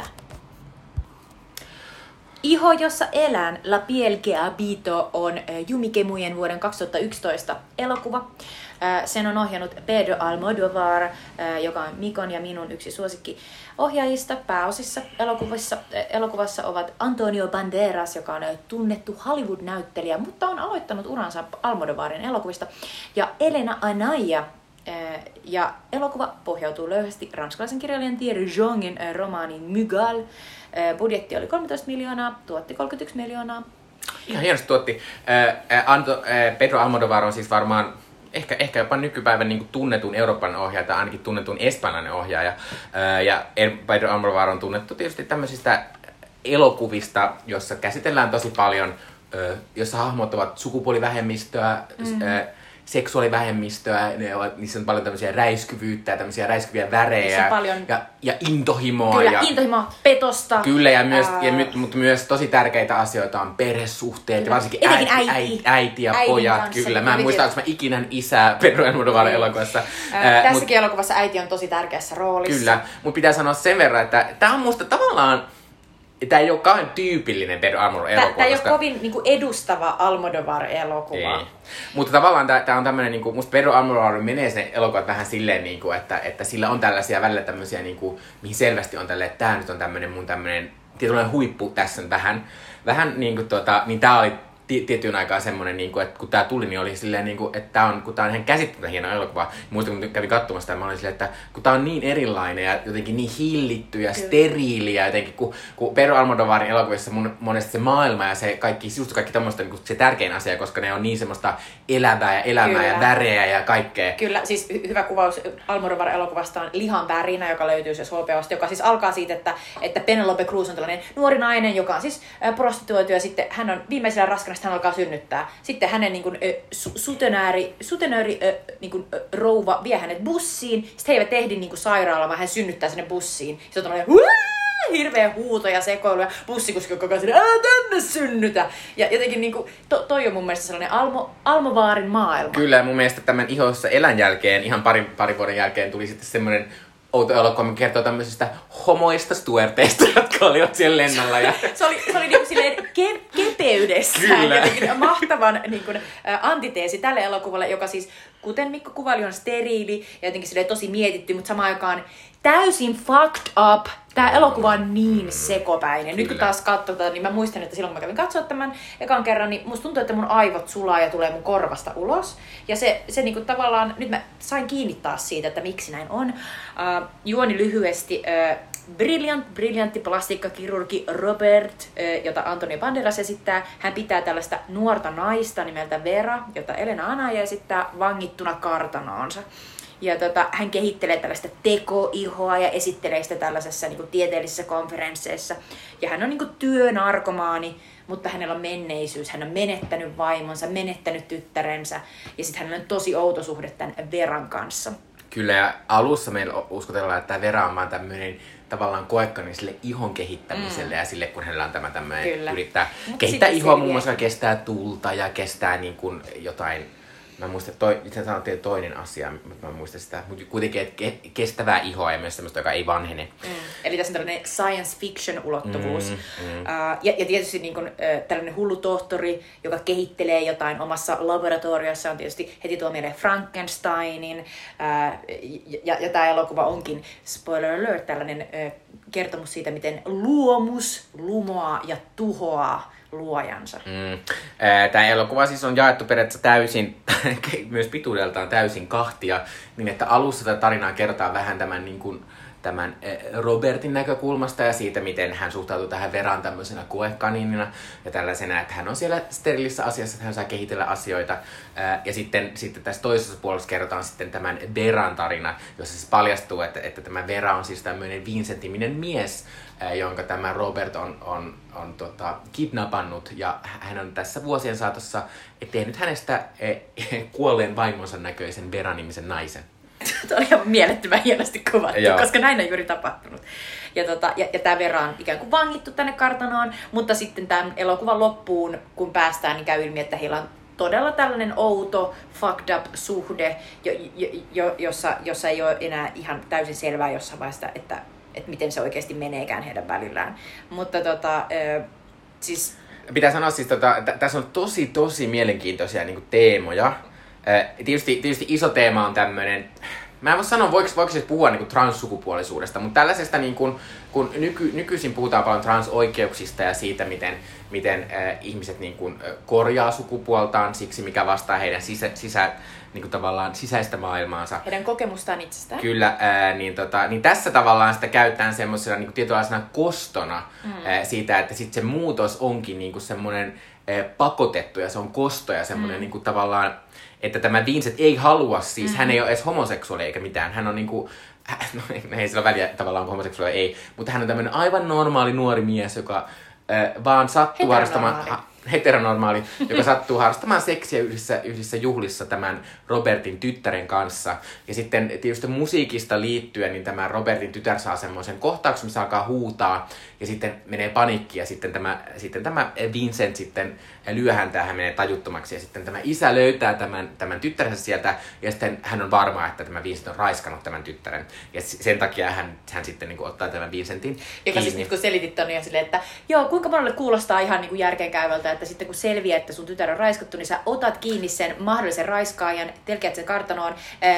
Iho, jossa elän, La Piel que habito on Yumi Kemujen vuoden kaksituhattayksitoista elokuva. Sen on ohjannut Pedro Almodóvar, joka on Mikon ja minun yksi suosikki ohjaajista. Pääosissa elokuvassa, elokuvassa ovat Antonio Banderas, joka on tunnettu Hollywood-näyttelijä, mutta on aloittanut uransa Almodóvarin elokuvista, ja Elena Anaya. Ja elokuva pohjautuu löyhästi ranskalaisen kirjailijan Thierry Jongin romaaniin Mugal. Budjetti oli kolmetoista miljoonaa, tuotti kolmekymmentäyksi miljoonaa. Ihan hienosti tuotti. Anto, Pedro Almodóvar on siis varmaan ehkä, ehkä jopa nykypäivän niin kuin tunnetun Euroopan ohjaaja, tai ainakin tunnetun espanjalainen ohjaaja. Ja Pedro Almodóvar on tunnettu tietysti tämmöisistä elokuvista, jossa käsitellään tosi paljon, jossa hahmot ovat sukupuolivähemmistöä, mm-hmm. seksuaalivähemmistöä, ne ovat, niissä on paljon tämmöisiä räiskyvyyttä ja tämmöisiä räiskyviä värejä paljon ja, ja intohimoa. Kyllä, ja, intohimoa, petosta. Kyllä, ja myös, ja, mutta myös tosi tärkeitä asioita on perhesuhteet, kyllä. Ja varsinkin äiti, äiti. Äiti, äiti ja äidin pojat. Kanssa, kyllä, mä en muista, onko mä ikinä isää Pedro Almodóvarin elokuvassa. Äh, tässäkin mut, elokuvassa äiti on tosi tärkeässä roolissa. Kyllä, mutta pitää sanoa sen verran, että tää on musta tavallaan, tämä ei ole kauhean tyypillinen Pedro Almodóvar elokuva. Tämä ei koska... ole kovin niinku edustava Almodóvar-elokuva. Ei. Mutta tavallaan tämä on tämmöinen, niinku, musta Pedro Almodóvar menee se elokuvat vähän silleen, niinku, että, että sillä on tällaisia välillä tämmöisiä, niinku, mihin selvästi on tälleen, että tämä nyt on tämmöinen mun tämmöinen tietynlainen huippu tässä on vähän. Vähän niinku tota, niin tää oli tiettyyn aikaan semmoinen, niin kuin, että kun tää tuli, niin oli silleen, niin kuin, että tää on, kun tää on ihan käsittämättä hieno elokuva. Muistan, kun kävin katsomassa sitä, mä olin silleen, että kun tää on niin erilainen ja jotenkin niin hillitty ja steriili ja jotenkin, kun, kun Pedro Almodóvarin elokuvissa mun, monesti se maailma ja se kaikki, just kaikki tommoista niin se tärkein asia, koska ne on niin semmoista elävää ja elämää Kyllä. ja väreä ja kaikkea. Kyllä, siis hy- hyvä kuvaus Almodóvar elokuvasta on Lihan värinä, joka löytyy siis H B O:sta, joka siis alkaa siitä, että, että Penelope Cruz on tällainen nuori nainen, joka on siis äh, prostituoitu ja sitten hän on viimeisellä raskana, hän alkaa synnyttää. Sitten hänen niin kuin, su- sutenööri, sutenööri niin kuin, rouva vie hänet bussiin. Sitten he eivät ehdi niin kuin sairaalaan, vaan hän synnyttää sinne bussiin. Sitten on tämmöinen hirveä huuto ja sekoilu ja bussikuski on koko ajan sinne, ää tänne synnytä. Ja jotenkin niin kuin, to, toi on mun mielestä sellainen Almo, Almovaarin maailma. Kyllä, mun mielestä tämän Ihossa elän jälkeen, ihan parin, parin vuoden jälkeen tuli sitten semmoinen outo elokuva, mikä kertoo tämmöisistä homoista stuerteista, jotka olivat siellä lennolla. Ja... se oli, se oli niinku silleen ke- kepeydessään jotenkin mahtavan niinku, ä, antiteesi tälle elokuvalle, joka siis, kuten Mikko kuvaili, on steriili ja jotenkin silleen tosi mietitty, mutta samaan aikaan täysin fucked up. Tää elokuva on niin sekopäinen. Nyt kun taas katsotaan, niin mä muistan, että silloin kun mä kävin katsoa tämän ekan kerran, niin musta tuntuu, että mun aivot sulaa ja tulee mun korvasta ulos. Ja se, se niinku tavallaan, nyt mä sain kiinni taas siitä, että miksi näin on. Uh, juoni lyhyesti. Uh, Brilliant, briljantti plastiikkakirurgi Robert, jota Antonio Banderas esittää. Hän pitää tällaista nuorta naista nimeltä Vera, jota Elena Anaya esittää vangittuna kartanoonsa. Ja tota, hän kehittelee tällaista tekoihoa ja esittelee sitä tällaisessa niin kuin tieteellisissä konferensseissa. Ja hän on niin kuin työnarkomaani, mutta hänellä on menneisyys. Hän on menettänyt vaimonsa, menettänyt tyttärensä ja sitten hänellä on tosi outo suhde tämän Veran kanssa. Kyllä, ja alussa meillä uskotellaan, että tämä Vera on vaan tämmöinen tavallaan koekkani sille ihon kehittämiselle mm. ja sille, kun hänellä on tämä tämmöinen, yrittää Mut kehittää ihoa muun muassa, kestää tulta ja kestää niin kuin jotain. Mä muistan, että toi, itse sanottiin toinen asia, mä muistan sitä, mutta kuitenkin, että ke, kestävää ihoa ja myös semmoista, joka ei vanhene. Mm. Eli tässä on tällainen science fiction ulottuvuus. Mm, mm. Uh, ja, ja tietysti niin kun, uh, tällainen hullu tohtori, joka kehittelee jotain omassa laboratoriossa, on tietysti heti tuo mieleen Frankensteinin. Uh, ja, ja tämä elokuva onkin, spoiler alert, tällainen uh, kertomus siitä, miten luomus lumoaa ja tuhoaa luojansa. Mm. Tämä elokuva siis on jaettu periaatteessa täysin, myös pituudeltaan täysin kahtia, niin että alussa tätä tarinaa kerrotaan vähän tämän, niin kuin, tämän Robertin näkökulmasta ja siitä, miten hän suhtautuu tähän Veraan tämmöisenä koekaniinina ja tällaisena, että hän on siellä sterilissä asiassa, että hän saa kehitellä asioita. Ja sitten, sitten tässä toisessa puolessa kerrotaan sitten tämän Veran tarina, jossa siis paljastuu, että, että tämä Vera on siis tämmöinen Vincentiminen mies, jonka tämä Robert on, on, on tota, kidnappannut, ja hän on tässä vuosien saatossa tehnyt hänestä kuolleen vaimonsa näköisen Vera-nimisen naisen. Tuo oli ihan mielettömän hienosti kuvattu, Joo. koska näin on juuri tapahtunut. Ja, tota, ja, ja tämä Vera on ikään kuin vangittu tänne kartanoon, mutta sitten tämän elokuvan loppuun, kun päästään, niin käy ilmi, että heillä on todella tällainen outo, fucked up suhde, jo, jo, jo, jossa, jossa ei ole enää ihan täysin selvää jossain vaiheessa, että, että miten se oikeasti meneekään heidän välillään. Mutta tota, äh, siis... Pitää sanoa siis, tota, t- tässä on tosi, tosi mielenkiintoisia niin kuin teemoja. Äh, tietysti, tietysti iso teema on tämmöinen, mä en voi sanoa, voiko, voiko siis puhua niin kuin transsukupuolisuudesta, mutta tällaisesta, niin kuin, kun nyky, nykyisin puhutaan paljon transoikeuksista ja siitä, miten, miten äh, ihmiset niin kuin, äh, korjaa sukupuoltaan siksi, mikä vastaa heidän sisä, sisä, niin kuin tavallaan sisäistä maailmaansa. Heidän kokemustaan itsestään. Kyllä, ää, niin, tota, niin tässä tavallaan sitä käytetään semmoisena niin kuin tietynlaisena kostona mm. ää, siitä, että sit se muutos onkin niin kuin semmoinen ää, pakotettu ja se on kosto ja semmoinen mm. niin kuin tavallaan, että tämä Vincent ei halua siis, mm. hän ei ole edes homoseksuaali eikä mitään, hän on niin kuin, no ei sillä väliä tavallaan onko homoseksuaali ei, mutta hän on tämmöinen aivan normaali nuori mies, joka ää, vaan sattuu harrastamaan... heteronormaali, joka sattuu harrastamaan seksiä yhdessä, yhdessä juhlissa tämän Robertin tyttären kanssa. Ja sitten tietysti musiikista liittyen, niin tämä Robertin tytär saa semmoisen kohtauksen, missä alkaa huutaa, ja sitten menee panikki, ja sitten tämä, sitten tämä Vincent sitten lyö häntä, hän menee tajuttomaksi, ja sitten tämä isä löytää tämän, tämän tyttärensä sieltä, ja sitten hän on varma, että tämä Vincent on raiskannut tämän tyttären. Ja sen takia hän, hän sitten niin kuin ottaa tämän Vincentin Joka kiinni. siis nyt kun selitit ton, niin silleen, että joo, kuinka monelle kuulostaa ihan niin kuin järkeenkäyvältä, että sitten kun selviää, että sun tytär on raiskattu, niin sä otat kiinni sen mahdollisen raiskaajan, telkeät sen kartanoon,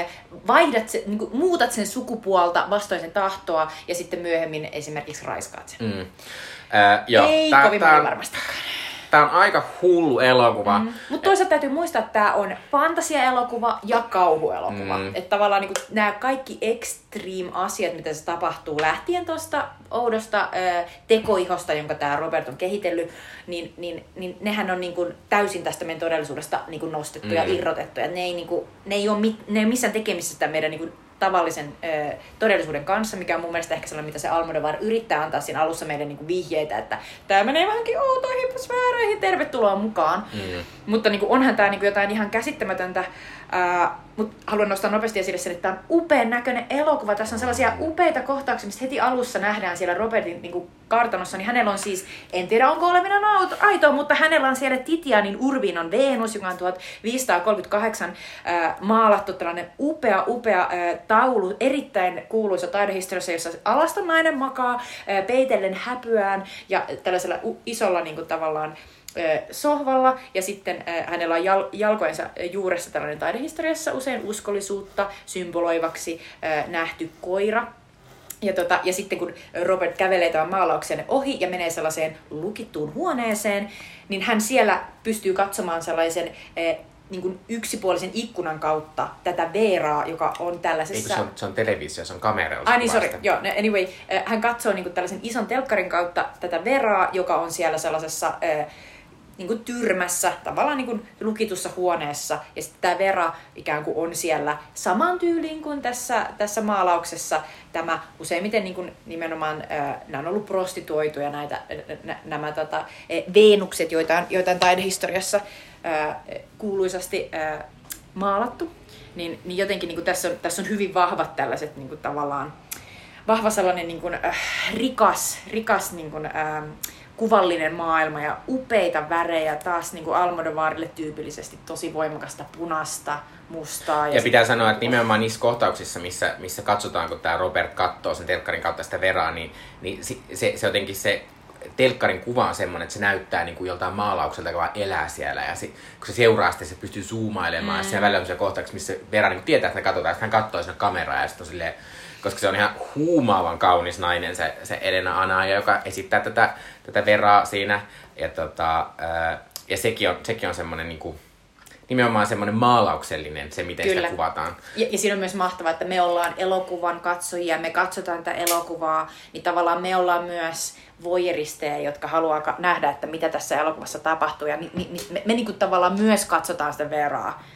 vaihdat sen, niin kuin muutat sen sukupuolta vastoin sen tahtoa ja sitten myöhemmin esimerkiksi raiskaat sen. Mm. Äh, joo, Ei tää, kovin tää, moni varmastikaan. Tämä on aika hullu elokuva. Mm. Mutta toisaalta täytyy muistaa, että tämä on fantasia-elokuva ja kauhuelokuva. Mm. Että tavallaan niin nämä kaikki extreme-asiat, mitä se tapahtuu lähtien tuosta oudosta äh, tekoihosta, jonka tämä Robert on kehitellyt, niin, niin, niin nehän on niin kuin täysin tästä meidän todellisuudesta niin kuin nostettu mm. ja irrotettu. Ja ne ei, niin kuin, ne ei ole mit, ne ei missään tekemisissä meidän niin kuin tavallisen ö, todellisuuden kanssa, mikä on mun mielestä ehkä sellainen, mitä se Almodovar yrittää antaa siinä alussa meille niin kuin vihjeitä, että tämä menee vähänkin outoihin sfääreihin, tervetuloa mukaan. Mm. Mutta niin kuin, onhan tämä niin kuin jotain ihan käsittämätöntä. Ää, mutta haluan nostaa nopeasti esille sen, että tämä on upean näköinen elokuva. Tässä on sellaisia upeita kohtauksia, mistä heti alussa nähdään siellä Robertin niin kuin kartanossa, niin hänellä on siis, en tiedä onko oleminen aitoa, mutta hänellä on siellä Titianin Urbinon Venus, joka on tuhatviisisataakolmekymmentäkahdeksan ää, maalattu tällainen upea, upea ää, taulu, erittäin kuuluisa taidehistoriassa, jossa alaston nainen makaa ää, peitellen häpyään ja tällaisella u- isolla niin kuin, tavallaan sohvalla, ja sitten hänellä on jal- jalkojensa juuressa tällainen taidehistoriassa usein uskollisuutta symboloivaksi nähty koira. Ja, tota, ja sitten kun Robert kävelee tämän maalauksen ohi ja menee sellaiseen lukittuun huoneeseen, niin hän siellä pystyy katsomaan sellaisen niin kuin yksipuolisen ikkunan kautta tätä Veraa, joka on tällaisessa... Eikö se on, se on televisio, se on kamera. Ai niin, sorry. Joo, no, anyway, hän katsoo niin kuin tällaisen ison telkkarin kautta tätä Veraa, joka on siellä sellaisessa... niin kuin tyrmässä, tavallaan niin kuin lukitussa huoneessa. Ja sitten tämä Vera ikään kuin on siellä saman tyyliin kuin tässä, tässä maalauksessa. Tämä useimmiten niin kuin nimenomaan, äh, nämä on ollut prostituoituja näitä, nä, nämä tota, Venukset, joita on, joita on taidehistoriassa äh, kuuluisasti äh, maalattu. Niin, niin jotenkin niin kuin tässä, on, tässä on hyvin vahvat tällaiset niin kuin tavallaan, vahva sellainen niin kuin, äh, rikas, rikas niin kuin, äh, kuvallinen maailma ja upeita värejä, taas niin kuin Almodovarille tyypillisesti tosi voimakasta punasta, mustaa. Ja, ja pitää sanoa, että nimenomaan niissä kohtauksissa, missä, missä katsotaan, kun tämä Robert katsoo sen telkkarin kautta sitä Veraa, niin, niin se, se, se jotenkin se telkkarin kuva on semmoinen, että se näyttää niin kuin joltain maalaukselta, joka vaan elää siellä. Ja se, kun se seuraa sitä, se pystyy zoomailemaan. Mm. Ja siellä välillä on sellaisia kohtauksia, missä Vera niin tietää, että me katsotaan, että hän katsoo sinne kameraa ja sitten on silleen, koska se on ihan huumaavan kaunis nainen, se, se Elena Anaya, joka esittää tätä, tätä Veraa siinä. Ja, tota, ää, ja sekin on, sekin on semmoinen niin kuin, nimenomaan semmoinen maalauksellinen, se miten Kyllä. sitä kuvataan. Ja, ja siinä on myös mahtavaa, että me ollaan elokuvan katsojia, me katsotaan tätä elokuvaa, niin tavallaan me ollaan myös voyeristeja, jotka haluaa nähdä, että mitä tässä elokuvassa tapahtuu. Ja ni, ni, me, me niin kuin tavallaan myös katsotaan sitä Veraa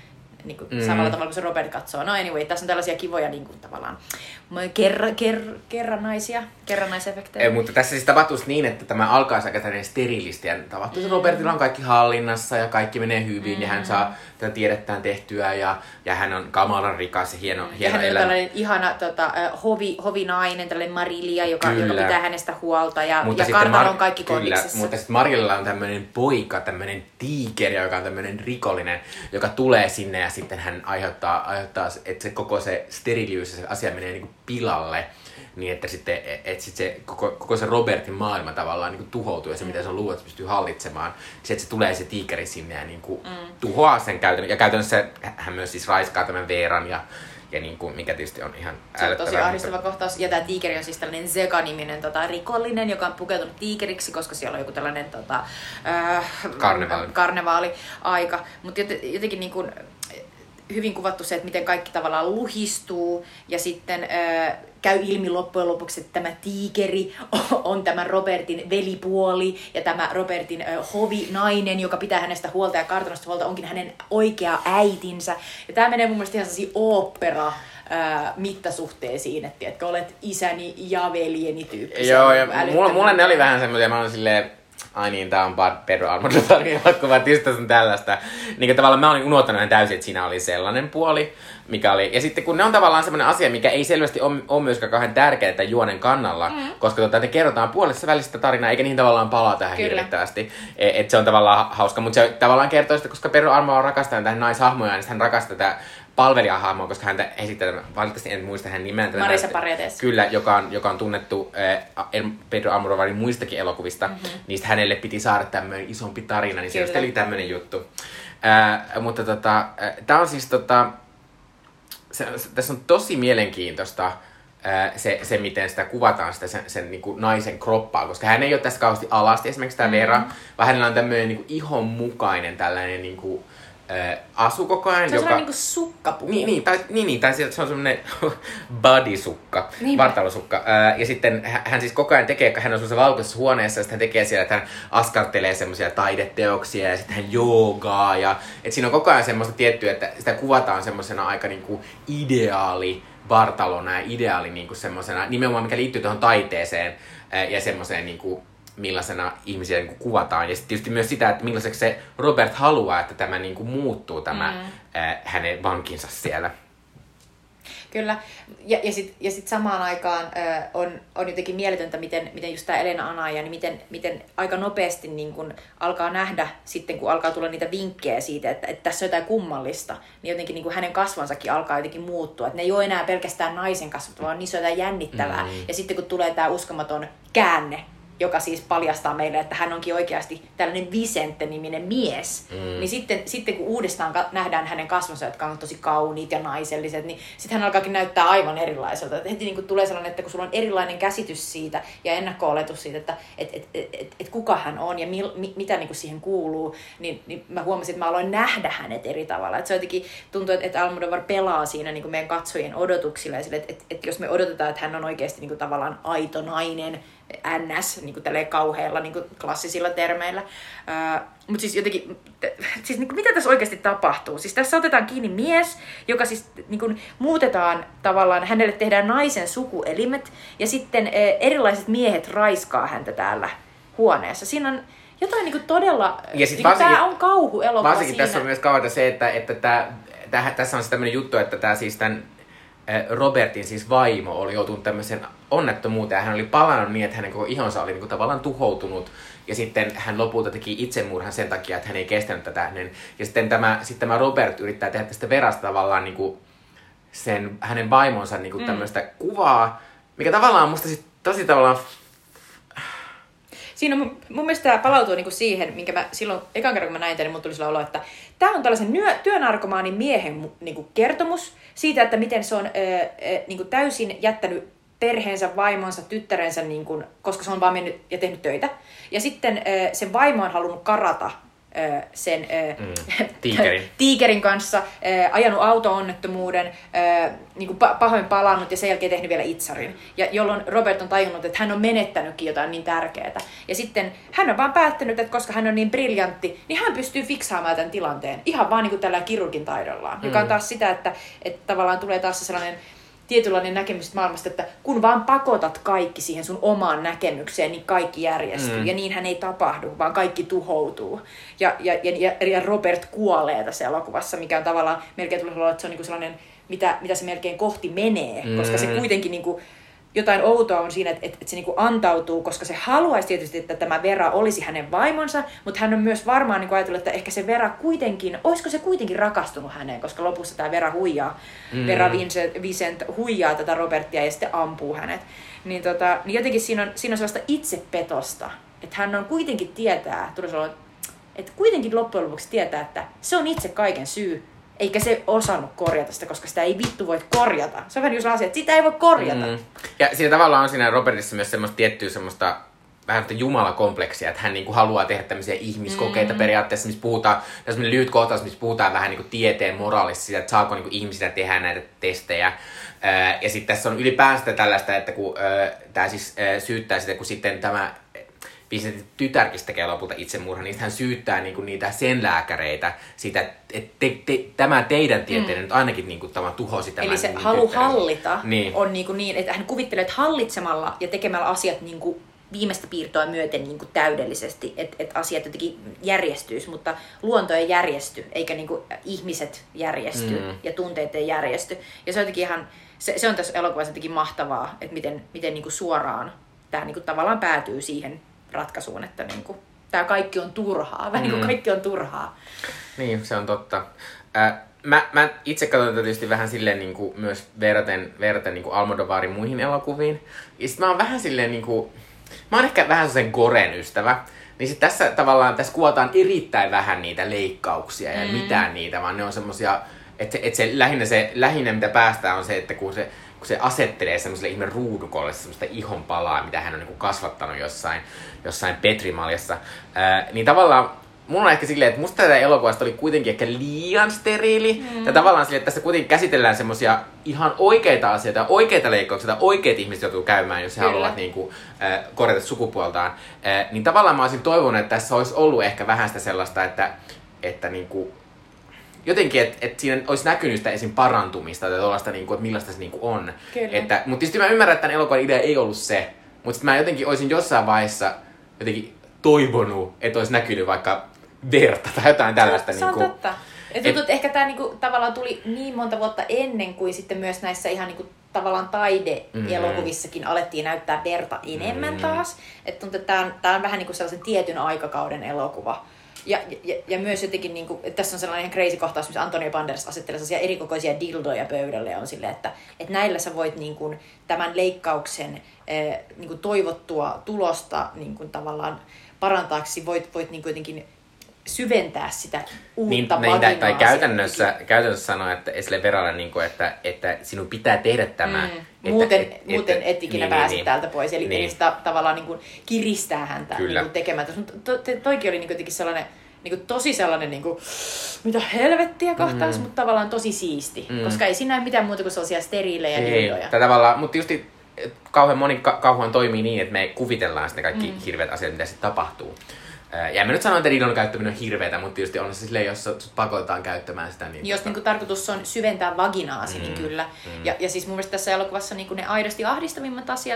niin kuin mm. samalla tavalla kuin se Robert katsoo. No anyway, tässä on tällaisia kivoja niin kuin, tavallaan kerra, ker, kerrannaisia, kerrannaisefektejä. Ei, mutta tässä siis tapahtuu niin, että tämä alkaa aika tämmöinen sterilisti ja tapahtuu, että mm. Robertilla on kaikki hallinnassa ja kaikki menee hyvin mm. ja hän saa tätä tiedettään tehtyä ja, ja hän on kamalan rikas ja hieno, hieno ja hän elämä. on tällainen ihana tota, hovi, hovinainen, tällainen Marilia, joka, joka pitää hänestä huolta ja, ja kartano on kaikki kondiksessa. Mutta sitten Marilalla on tämmöinen poika, tämmöinen tiikeri, joka on tämmöinen rikollinen, joka tulee sinne ja sitten hän aiheuttaa, aiheuttaa että se koko se steriliys ja se asia menee niinku pilalle. Niin, että sitten et sit se, koko, koko se Robertin maailma tavallaan niin kuin tuhoutuu ja se, mm. mitä se on luullut, että se pystyy hallitsemaan. Se, että se tulee se tiikeri sinne ja niin kuin mm. tuhoaa sen käytännön. Ja käytännössä hän myös siis raiskaa tämän Veeran, ja, ja niin kuin, mikä tietysti on ihan älyttävää. Se on tosi ahdistava kohtaus. Ja tämä tiikeri on siis tällainen Zeka-niminen tota, rikollinen, joka on pukeutunut tiikeriksi, koska siellä on joku tällainen tota, äh, karnevaali. karnevaali-aika. Mutta jotenkin niin kuin, hyvin kuvattu se, että miten kaikki tavallaan luhistuu ja sitten äh, käy ilmi loppujen lopuksi, että tämä tiikeri on tämä Robertin velipuoli ja tämä Robertin äh, hovinainen, joka pitää hänestä huolta ja kartanosta huolta, onkin hänen oikea äitinsä. Ja tämä menee mun mielestä ihan sellaisiin ooppera äh, mittasuhteisiin, että tiedätkö, olet isäni ja veljeni tyyppisiä. Joo, ja mulla, mulla ne oli vähän semmoisia, mä olin silleen, ai niin, tää on Pedro Almodovar elokuva, tietysti on tällaista. Niin kuin tavallaan mä olin unohtanut ihan täysin, että siinä oli sellainen puoli, mikä oli. Ja sitten kun ne on tavallaan semmoinen asia, mikä ei selvästi ole, ole myöskään kauhean tärkeää tämän juonen kannalla, mm. koska tota, ne kerrotaan puolessa välistä tarinaa, eikä niihin tavallaan palaa tähän hirvittävästi. Että se on tavallaan hauska, mutta se tavallaan kertoo sitä, koska Pedro Almodovar rakastaa tähän naishahmoja, niin hän rakastaa tätä palvelijahahmoa, koska häntä esittää, valitettavasti en muista hänen nimeään. Marisa Paredes. Kyllä, joka on, joka on tunnettu äh, Pedro Almodovarin muistakin elokuvista. Mm-hmm. Niistä hänelle piti saada tämmöinen isompi tarina, niin se oli tämmöinen juttu. Äh, mutta tota, äh, tää on siis tota, se, se, tässä on tosi mielenkiintoista äh, se, se, miten sitä kuvataan, sitä sen, sen niin kuin naisen kroppaa, koska hän ei ole tässä kauheasti alasti, esimerkiksi tämä Vera, mm-hmm. vaan hänellä on tämmöinen niin kuin ihonmukainen tällainen niin kuin Äh, asu koko ajan. Se on joka... niinku sukkapuku. Niin, niin, tai, niin, niin, tai se on semmoinen bodysukka, vartalosukka. Äh, ja sitten hän siis koko ajan tekee, hän asuu se valkoisessa huoneessa, ja sitten hän tekee siellä, että hän askartelee semmoisia taideteoksia, ja sitten hän joogaa. Ja, et siinä on koko ajan semmoista tiettyä, että sitä kuvataan semmoisena aika niinku ideaali vartalona ja ideaali niinku semmoisena, nimenomaan mikä liittyy tuohon taiteeseen äh, ja semmoiseen niinku millaisena ihmisiä niin kuin kuvataan. Ja sitten tietysti myös sitä, että millaiseksi se Robert haluaa, että tämä niin kuin muuttuu, tämä mm. äh, hänen vankinsa siellä. Kyllä. Ja, ja sitten ja sit samaan aikaan äh, on, on jotenkin mieletöntä, miten, miten just tämä Elena Anaya, niin miten, miten aika nopeasti niin kun alkaa nähdä sitten, kun alkaa tulla niitä vinkkejä siitä, että, että tässä on jotain kummallista, niin jotenkin niin kun hänen kasvansakin alkaa jotenkin muuttua. Että ne ei ole enää pelkästään naisen kasvot, vaan niissä on jotain jännittävää. Mm. Ja sitten kun tulee tämä uskomaton käänne, joka siis paljastaa meille, että hän onkin oikeasti tällainen Vicente-niminen mies. Mm. Niin sitten, sitten kun uudestaan nähdään hänen kasvonsa, jotka on tosi kauniit ja naiselliset, niin sitten hän alkaakin näyttää aivan erilaiselta. Et heti niin kuin tulee sellainen, että kun sulla on erilainen käsitys siitä ja ennakko-oletus siitä, että et, et, et, et, et kuka hän on ja mil, mi, mitä niin kuin siihen kuuluu, niin, niin mä huomasin, että mä aloin nähdä hänet eri tavalla. Et se jotenkin tuntuu, että, että Almodovar pelaa siinä niin kuin meidän katsojien odotuksilla. Ja sille, että, että, että jos me odotetaan, että hän on oikeasti niin kuin tavallaan aito nainen, ns, niin kuin tälleen kauheilla niin kuin klassisilla termeillä. Uh, mutta siis jotenkin, t- siis niin kuin, mitä tässä oikeasti tapahtuu? Siis tässä otetaan kiinni mies, joka siis niin kuin, muutetaan tavallaan, hänelle tehdään naisen sukuelimet, ja sitten eh, erilaiset miehet raiskaa häntä täällä huoneessa. Siinä on jotain niin kuin todella, ja niin varsinkin, tämä on kauhuelokuva varsinkin siinä. Tässä on myös kauheita se, että, että tää, tää, tässä on tämmöinen juttu, että tämä siis tämän Robertin siis vaimo oli joutunut tämmöisen onnettomuuteen, ja hän oli palannut niin, että hänen koko ihonsa oli niin kuin tavallaan tuhoutunut, ja sitten hän lopulta teki itsemurhan sen takia, että hän ei kestänyt tätä. Ja sitten tämä, sitten tämä Robert yrittää tehdä tästä Verasta tavallaan niin kuin sen, hänen vaimonsa niin kuin tämmöistä mm. kuvaa, mikä tavallaan on musta sit tosi tavallaan... Siinä mun, mun mielestä tämä palautuu niinku siihen, minkä mä silloin ekan kerran kun mä näin tämän, niin mun tuli sillä olo, että tämä on tällaisen nyö, työnarkomaanin miehen niinku kertomus siitä, että miten se on ö, ö, niinku täysin jättänyt perheensä, vaimonsa, tyttärensä, niinku, koska se on vaan mennyt ja tehnyt töitä. Ja sitten ö, sen vaimo on halunnut karata sen mm, tiikerin. tiikerin kanssa, ajanut auto-onnettomuuden, niin kuin pahoin palannut ja sen jälkeen tehnyt vielä itsarin. Ja jolloin Robert on tajunnut, että hän on menettänytkin jotain niin tärkeää. Ja sitten hän on vaan päättänyt, että koska hän on niin briljantti, niin hän pystyy fiksaamaan tämän tilanteen. Ihan vaan niin kuin tällä kirurgin taidollaan. Mm. Joka on taas sitä, että, että tavallaan tulee taas sellainen tietynlainen näkemys maailmasta, että kun vaan pakotat kaikki siihen sun omaan näkemykseen, niin kaikki järjestyy. Mm. Ja niinhän ei tapahdu, vaan kaikki tuhoutuu. Ja, ja, ja, ja Robert kuolee tässä elokuvassa, mikä on tavallaan, melkein tulee olla, että se on niinku sellainen, mitä, mitä se melkein kohti menee. Mm. Koska se kuitenkin niinku, jotain outoa on siinä, että, että se niinku antautuu, koska se haluaisi tietysti, että tämä Vera olisi hänen vaimonsa, mutta hän on myös varmaan niinku ajatellut, että ehkä se Vera kuitenkin, olisiko se kuitenkin rakastunut häneen, koska lopussa tämä Vera huijaa, mm. Vera Vincent, Vincent huijaa tätä Robertia ja sitten ampuu hänet. Niin, tota, niin jotenkin siinä on, siinä on sellaista itsepetosta, että hän on kuitenkin tietää, tulisi olla, että kuitenkin loppujen lopuksi tietää, että se on itse kaiken syy, eikä se osannut korjata sitä, koska sitä ei vittu voi korjata. Se on vähän just asia, että sitä ei voi korjata. Mm. Ja siinä tavallaan on siinä Robertissa myös semmoista tiettyä semmoista vähän jumalakompleksia, että hän niinku haluaa tehdä tämmöisiä ihmiskokeita mm. periaatteessa, missä puhutaan, tässä on lyhyt kohtaus, missä puhutaan vähän niinku tieteen moraalista siitä, että saako niinku ihmisillä tehdä näitä testejä. Ää, ja sitten tässä on ylipäänsä tällaista, että kun tämä siis ää, syyttää sitä, kun sitten tämä Vincentin tytärkin tekee lopulta itsemurhan, niin hän syyttää niinku niitä sen lääkäreitä siitä, että te, te, tämä teidän tieteenne mm. nyt ainakin niinku, tämä tuhosi tämän. Eli se niin halu tyttären. Hallita niin. on niinku niin, että hän kuvittelee, että hallitsemalla ja tekemällä asiat niinku viimeistä piirtoa myöten niinku täydellisesti, että et asiat jotenkin järjestyisi, mutta luonto ei järjesty, eikä niinku ihmiset järjesty mm. ja tunteet ei järjesty. Ja se on jotenkin ihan, se, se on tässä elokuvassa jotenkin mahtavaa, että miten, miten niinku suoraan tämä niinku tavallaan päätyy siihen ratkaisuun, että niinku, tämä kaikki on turhaa, vähän mm. niin kuin kaikki on turhaa. Niin, se on totta. Äh, mä, mä itse katson tietysti vähän silleen niin kuin myös verraten, verraten niin kuin Almodovarin muihin elokuviin. Ja sit mä oon vähän silleen niin kuin, mä oon ehkä vähän sen Goren ystävä. Niin sit tässä tavallaan, tässä kuvataan erittäin vähän niitä leikkauksia ja mm. mitään niitä, vaan ne on semmosia, että et se, lähinnä se lähinnä mitä päästään on se, että kun se kun se asettelee semmoiselle ihme ruudukolle semmoista ihonpalaa, mitä hän on niinku kasvattanut jossain, jossain petrimaljassa, ää, niin tavallaan mulla on ehkä silleen, että musta tätä elokuvasta oli kuitenkin ehkä liian steriili. Mm. Ja tavallaan silleen, että tässä kuitenkin käsitellään semmosia ihan oikeita asioita, oikeita leikkauksia, oikeat ihmiset joutuu käymään, jos he Kyllä. haluavat niinku, äh, korjata sukupuoltaan. Äh, niin tavallaan mä olisin toivonut, että tässä olisi ollut ehkä vähän sitä sellaista, että, että niinku, jotenkin, että et siinä olisi näkynyt sitä esim. Parantumista tai tuollaista, niinku, että millaista se niinku on. Että, mutta tietysti mä ymmärrän, että tämän elokuvan idea ei ollut se. Mutta sitten mä jotenkin olisin jossain vaiheessa jotenkin toivonut, että olisi näkynyt vaikka verta tai jotain tällaista. Se on niinku, totta. Et tuntuu, että ehkä tämä niinku, tavallaan tuli niin monta vuotta ennen kuin sitten myös näissä ihan niinku, tavallaan taide-elokuvissakin mm. alettiin näyttää verta enemmän mm. taas. Että tuntuu, että tämä on, tää on vähän niin kuin sellaisen tietyn aikakauden elokuva. Ja, ja, ja myös jotenkin, niin kuin, että tässä on sellainen ihan crazy kohtaus, missä Antonio Banderas asettelee sellaisia erikokoisia dildoja pöydälle ja on silleen, että, että näillä sä voit niin kuin, tämän leikkauksen eh, niin kuin toivottua tulosta niin kuin, tavallaan parantaaksi, voit, voit niin kuin, jotenkin syventää sitä uutta niin, vaginaa. Tai käytännössä, käytännössä sanoa, että esille Veralle, niin kuin, että, että sinun pitää tehdä tämä. Mm. Että, muuten et, et, muuten et, et ikinä niin, pääse niin, täältä pois. Eli, niin. eli sitä tavallaan niin kuin kiristää häntä niin kuin tekemään. Mutta to, to, toikin oli niin kuin jotenkin sellainen, niin kuin tosi sellainen, niin kuin, mitä helvettiä kohtaus, mm. mutta tavallaan tosi siisti. Mm. Koska ei siinä ole mitään muuta kuin sellaisia steriilejä dildoja. Tavallaan, mutta just kauhean moni ka- kauhuhan toimii niin, että me kuvitellaan sitten kaikki mm. hirveät asiat, mitä sitten tapahtuu. Ja en mä nyt sano, että dildon käyttäminen on hirveetä, mutta tietysti on se silleen, jos sut pakotetaan käyttämään sitä. Niin jos tota... niin tarkoitus on syventää vaginaasi, mm, niin kyllä. Mm. Ja, ja siis mun mielestä tässä elokuvassa niin ne aidosti ahdistavimmat asiat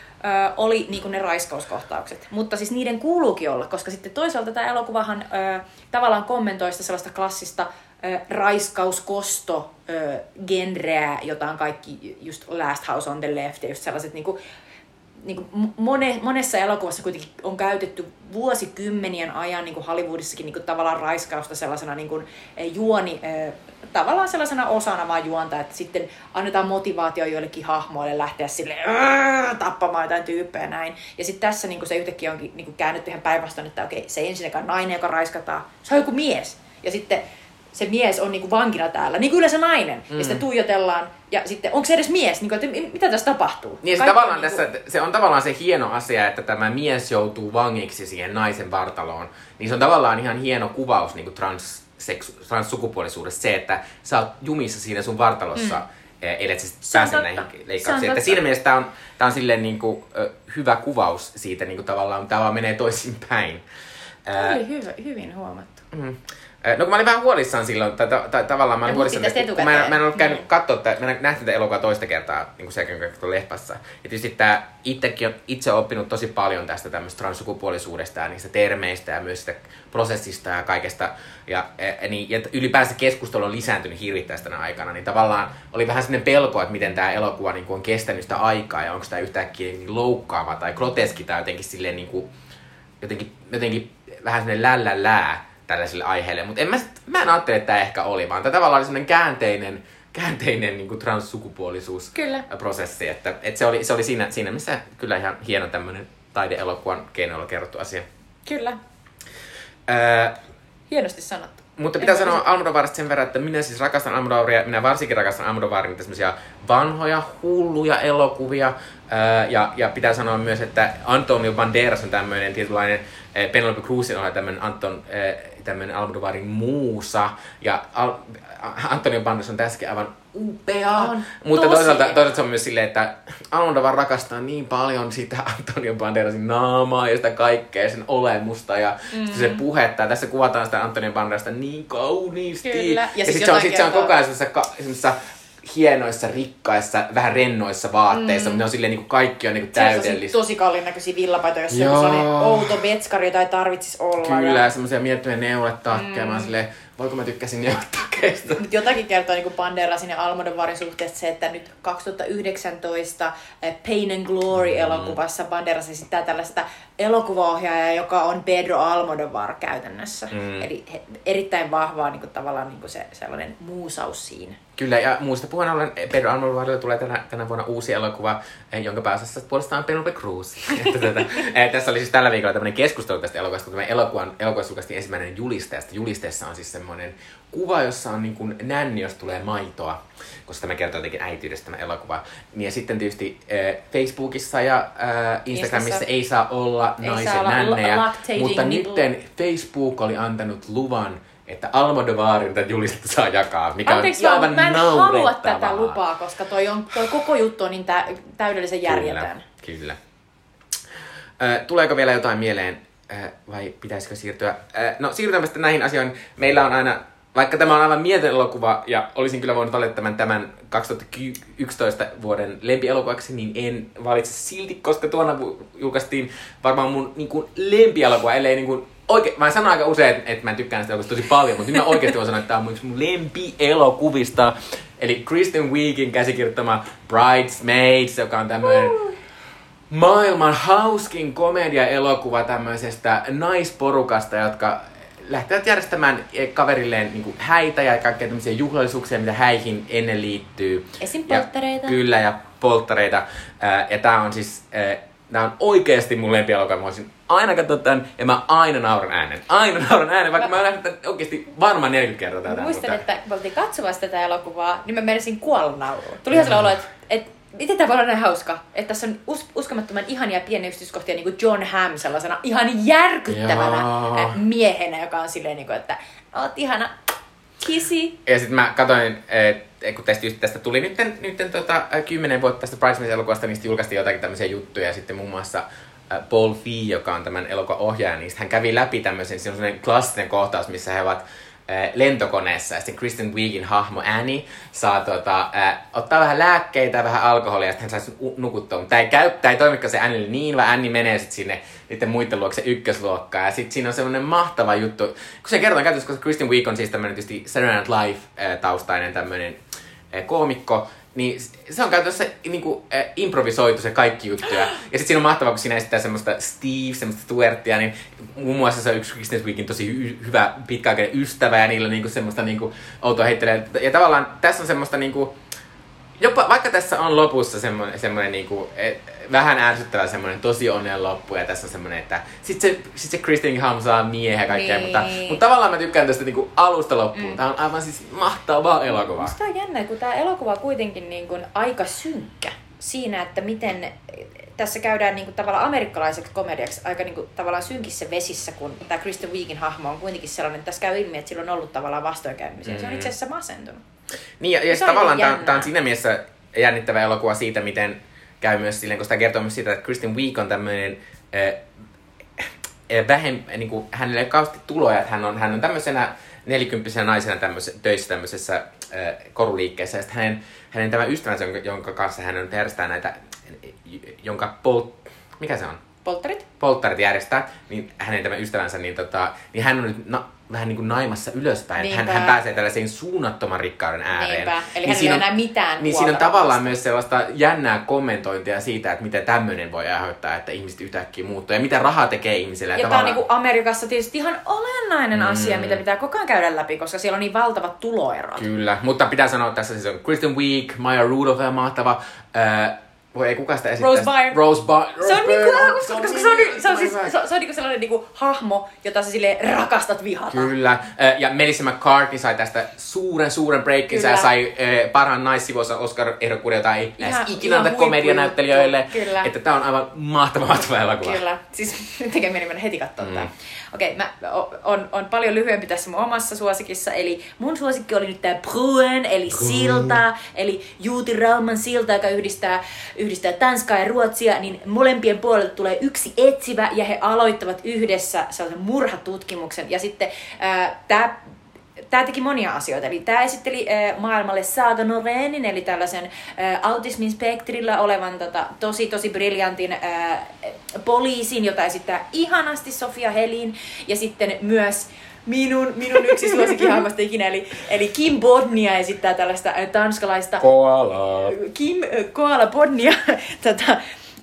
ö, oli niin ne raiskauskohtaukset. Mutta siis niiden kuuluukin olla, koska sitten toisaalta tämä elokuvahan ö, tavallaan kommentoi sitä sellaista klassista ö, raiskauskosto ö, genreä, jota on kaikki just Last House on the Left ja just sellaiset niin kuin, niin kuin mone, monessa elokuvassa kuitenkin on käytetty vuosikymmenien ajan niin kuin Hollywoodissakin niin kuin tavallaan raiskausta sellaisena niin kuin juoni, tavallaan sellaisena osana vaan juonta, että sitten annetaan motivaatio joillekin hahmoille lähteä silleen tappamaan jotain tyyppejä näin. Ja sitten tässä niin kuin se yhtäkkiä onkin niin kuin käännetty ihan päinvastoin, että okei, se ei ensinnäkään nainen, joka raiskataan, se on joku mies. Ja sitten se mies on niinku vankina täällä, niin kuin yleensä nainen. Mm. Ja sitten tuijotellaan, ja sitten onko se edes mies? Niinku, että mitä tässä tapahtuu? Niin, se, tavallaan niinku... tässä, se on tavallaan se hieno asia, että tämä mies joutuu vangiksi siihen naisen vartaloon. Niin se on tavallaan ihan hieno kuvaus niinku trans, transsukupuolisuudesta se, että sä oot jumissa siinä sun vartalossa, mm. ellet sä pääse näihin leikkauksiin. Että siinä mielessä tää on, tää on silleen niinku, hyvä kuvaus siitä niinku tavallaan, tää vaan menee toisinpäin. Tämä oli hyvä, hyvin huomattu. Mm. No kun mä olin vähän huolissaan silloin, tai ta- ta- tavallaan mä olin huolissaan, että kun mä, mä en ollut käynyt niin. katsoa, että mä en nähnyt tätä elokuvaa toista kertaa, niin kuin se kun Leffassa. Ja tietysti tää itsekin on itse oppinut tosi paljon tästä tämmöistä transsukupuolisuudesta ja niistä termeistä ja myös sitä prosessista ja kaikesta. Ja, ja, niin, ja ylipäänsä keskustelu on lisääntynyt hirvittävästi tänä aikana, niin tavallaan oli vähän sellainen pelko, että miten tää elokuva niin kuin on kestänyt sitä aikaa ja onko tää yhtäkkiä niin loukkaava tai groteski tai jotenkin silleen niin kuin, jotenkin, jotenkin vähän sellainen lällällää tällaisille aiheille, mutta en mä, mä en ajattele, että tämä ehkä oli, vaan tämä tavallaan oli semmoinen käänteinen, käänteinen niin kuin transsukupuolisuusprosessi, että, että se oli, se oli siinä, siinä, missä kyllä ihan hieno tämmöinen taideelokuvan keinoilla kerrottu asia. Kyllä. Öö, Hienosti sanottu. Mutta pitää en sanoa Almodovarista sen verran, että minä siis rakastan Almodovaria, minä varsinkin rakastan Almodovarin tämmöisiä vanhoja, hulluja elokuvia. Öö, ja, ja pitää sanoa myös, että Antonio Banderas on tämmöinen tietynlainen Penelope Cruzin on tämmöinen Anton, tämmöinen Almodovarin muusa, ja Al- Antonio Banderas on tässäkin aivan upea, on mutta toisaalta, toisaalta se on myös silleen, että Almodovar rakastaa niin paljon sitä Antonio Banderasin naamaa ja sitä kaikkea, sen olemusta ja mm. se puhetta, ja tässä kuvataan sitä Antonio Banderasta niin kauniisti. Kyllä. Ja, ja siis sitten se, sit se on koko ajan semmoisessa hienoissa, rikkaissa, vähän rennoissa vaatteissa, mm. mutta ne on silleen niin kuin kaikki on niin kuin täydellistä. Tosi kalliin näköisiä villapaitoja, jossa on sellainen outo vetskari, jota ei tarvitsisi olla. Kyllä, ja semmoisia miettyjä neuletakkeja. Mm. Mä silleen, voiko mä tykkäsin neuletakkeista? Mutta jotakin kertoo niin Banderasin ja Almodovarin suhteesta se, että nyt kaksituhattayhdeksäntoista Pain and Glory-elokuvassa mm. Banderas esittää tällaista elokuvaohjaajaa, joka on Pedro Almodovar käytännössä. Mm. Eli he, erittäin vahvaa niin kuin, tavallaan niin kuin se sellainen muusaus siinä. Kyllä, ja muusta puheen ollen Pedro Almodovarille tulee tänä, tänä vuonna uusi elokuva, jonka pääosassa puolestaan Penelope Cruz. tätä, tässä oli siis tällä viikolla tämmöinen keskustelu tästä elokuvasta, kun tämä elokuvan, elokuvassa julkaistiin ensimmäinen juliste, ja julisteessa on siis semmoinen kuva, jossa on niin kuin nänni, jos tulee maitoa, koska tämä kertoo jotenkin äityydestä tämä elokuva. Ja sitten tietysti äh, Facebookissa ja äh, Instagramissa Instassa ei saa olla ei naisen saa nännejä, la- mutta nytten Facebook oli antanut luvan, että Almodovarin tätä julistetta saa jakaa, mikä Anteeksi, on aivan mä en naurettavaa. halua tätä lupaa, koska toi, on, toi koko juttu on niin tä- täydellisen järjetön. Kyllä, kyllä. Äh, tuleeko vielä jotain mieleen, äh, vai pitäisikö siirtyä? Äh, no siirrytään sitten näihin asioihin. Meillä on aina, vaikka tämä on aivan mieletön elokuva, ja olisin kyllä voinut valita tämän, tämän kaksituhattayksitoista vuoden lempielokuvaksi, niin en valitse silti, koska tuona julkaistiin varmaan mun niin kuin lempielokuva, ellei niin kuin Oike- mä sanon aika usein, että, että mä tykkään sitä elokuvasta tosi paljon, mutta nyt mä oikeasti voin sanoa, että tää on mun lempielokuvista. Eli Kristen Wiigin käsikirjoittama Bridesmaids, joka on tämmöinen maailman hauskin komedia-elokuva tämmöisestä naisporukasta, jotka lähtevät järjestämään kaverilleen niin kuin häitä ja kaikkea tämmöisiä juhlallisuuksia, mitä häihin ennen liittyy. Esim. polttareita. Ja, kyllä, ja polttareita. Ja tää on siis... Tää on oikeesti mun lempielokuva. Mä voisin aina katsoa tän ja mä aina nauran äänen. Aina nauran äänen, vaikka mä oon nähnyt oikeesti varmaan neljäkymmentä kertaa tätä. Muistan, mutta... että me oltiin katsomassa tätä elokuvaa, niin mä menisin kuolla nauruun. Tuli ihan sellainen olo, että, että miten tää voi olla näin hauska. Että tässä on us- uskomattoman ihania pieniä yksityiskohtia, niin kuin John Hamm sellaisena ihan järkyttävänä Jaa. miehenä, joka on silleen, niin kuin, että oot ihana kisi. Ja sit mä katsoin, että kun tästä, tästä tuli nytten, nytten tota, kymmenen vuotta tästä Bridesmaids-elokuvasta, niin julkaistiin jotakin tämmöisiä juttuja. Ja sitten muun muassa Paul Feig, joka on tämän elokuvan ohjaaja, niin hän kävi läpi tämmöisen, se on sellainen klassinen kohtaus, missä he ovat lentokoneessa, ja sitten Kristen Wiigin hahmo Annie saa tota, ää, ottaa vähän lääkkeitä, vähän alkoholia, ja sitten hän saisi nukuttua. Mutta tämä ei, käy, tämä ei toimikaan se Annielle niin, vaan Annie menee sitten sinne niiden muiden luokse ykkösluokkaan. Ja sitten siinä on semmoinen mahtava juttu, kun se kerrotaan käytössä, koska Kristen Wiig on siis tämmöinen tietysti Saturday Night Live-taustainen tämmöinen koomikko, niin se on käytössä niinku äh, improvisoitu se kaikki juttuja. Ja sitten siinä on mahtavaa, kun siinä esittää semmoista Steve, semmoista Stuartia, niin muun muassa se on yksi Kristen Wiigin tosi hy- hyvä pitkäaikainen ystävä ja niillä on niinku semmoista niinku outoa heittelyä. Ja tavallaan tässä on semmoista niinku jopa vaikka tässä on lopussa semmoinen, semmoinen niinku, et, vähän ärsyttävä semmoinen tosi onnen loppu ja tässä on semmoinen, että sit se, sit se Kristen Ham saa miehen ja kaikkea, niin. mutta, mutta tavallaan mä tykkään tästä niinku alusta loppuun. Mm. Tää on aivan siis mahtavaa elokuvaa. Musta on jännä, kun tää elokuva on kuitenkin niinku aika synkkä siinä, että miten tässä käydään niinku tavallaan amerikkalaiseksi komediaksi aika niinku tavallaan synkissä vesissä, kun tää Kristen Wiigin hahmo on kuitenkin sellainen, että tässä käy ilmi, että sillä on ollut tavallaan vastoinkäymisiä. Mm. Se on itse asiassa masentunut. Niin, ja, ja tavallaan tää, tää on siinä mielessä jännittävä elokuva siitä, miten käy myös silleen, kun sitä kertoo myös siitä, että Kristen Wiig on tämmöinen äh, vähem, niin kuin, hänellä ei ole kauheasti tuloja, että hän on, hän on tämmöisenä nelikymppisenä naisena tämmöisessä, töissä tämmöisessä äh, koruliikkeessä, ja sitten hänen, hänen tämä ystävänsä, jonka, jonka kanssa hän on järjestää näitä, jonka polt, mikä se on? Polttarit? Polttarit järjestää, niin hänen tämä ystävänsä, niin, tota, niin hän on nyt na, vähän niin kuin naimassa ylöspäin. Hän, hän pääsee tällaiseen suunnattoman rikkauden ääreen. Niinpä. Eli niin hänellä ei ole enää mitään. Niin siinä on tavallaan myös sellaista jännää kommentointia siitä, että miten tämmöinen voi aiheuttaa, että ihmiset yhtäkkiä muuttuu. Ja mitä raha tekee ihmisille. Ja, ja tämä on niin kuin Amerikassa tietysti ihan olennainen mm. asia, mitä pitää koko ajan käydä läpi, koska siellä on niin valtavat tuloerot. Kyllä, mutta pitää sanoa, että tässä siis on Kristen Wiig, Maya Rudolph ja mahtava. Äh, Voi ei kukaan sitä esittää. Rose Byrne. Rose Byrne. Se on niinku, koska se on, se on, siis, se on, se on niinku sellainen niinku hahmo, jota sä silleen rakastat vihata. Kyllä. Ja Melissa McCarthy sai tästä suuren, suuren breakin. Sä sai äh, parhaan naissivuosan Oscar-ehdokkuuden, jota ei näistä ikinä anta komedianäyttelijöille. Kyllä. Että tää on aivan mahtava, mahtava elokuva. Kyllä. Siis tekee mieli mennä heti katsoa mm. tää. Okei, okay, mä on, on paljon lyhyempi tässä mun omassa suosikissa, eli mun suosikki oli nyt tää Bruen, eli Bruen. silta, eli Juuti Rauman silta, joka yhdistää, yhdistää Tanskaa ja Ruotsia, niin molempien puolelta tulee yksi etsivä, ja he aloittavat yhdessä sellaisen murhatutkimuksen, ja sitten ää, tää Tämä teki monia asioita. Eli tämä esitteli äh, maailmalle Saga Norenin, eli tällaisen äh, autismin spektrillä olevan tota, tosi tosi briljantin äh, poliisin, jota esittää ihanasti Sofia Helin. Ja sitten myös minun, minun yksi suosikkihahmosta ikinä, eli, eli Kim Bodnia esittää tällaista äh, tanskalaista... Koala. Kim äh, Koala Bodnia, tota,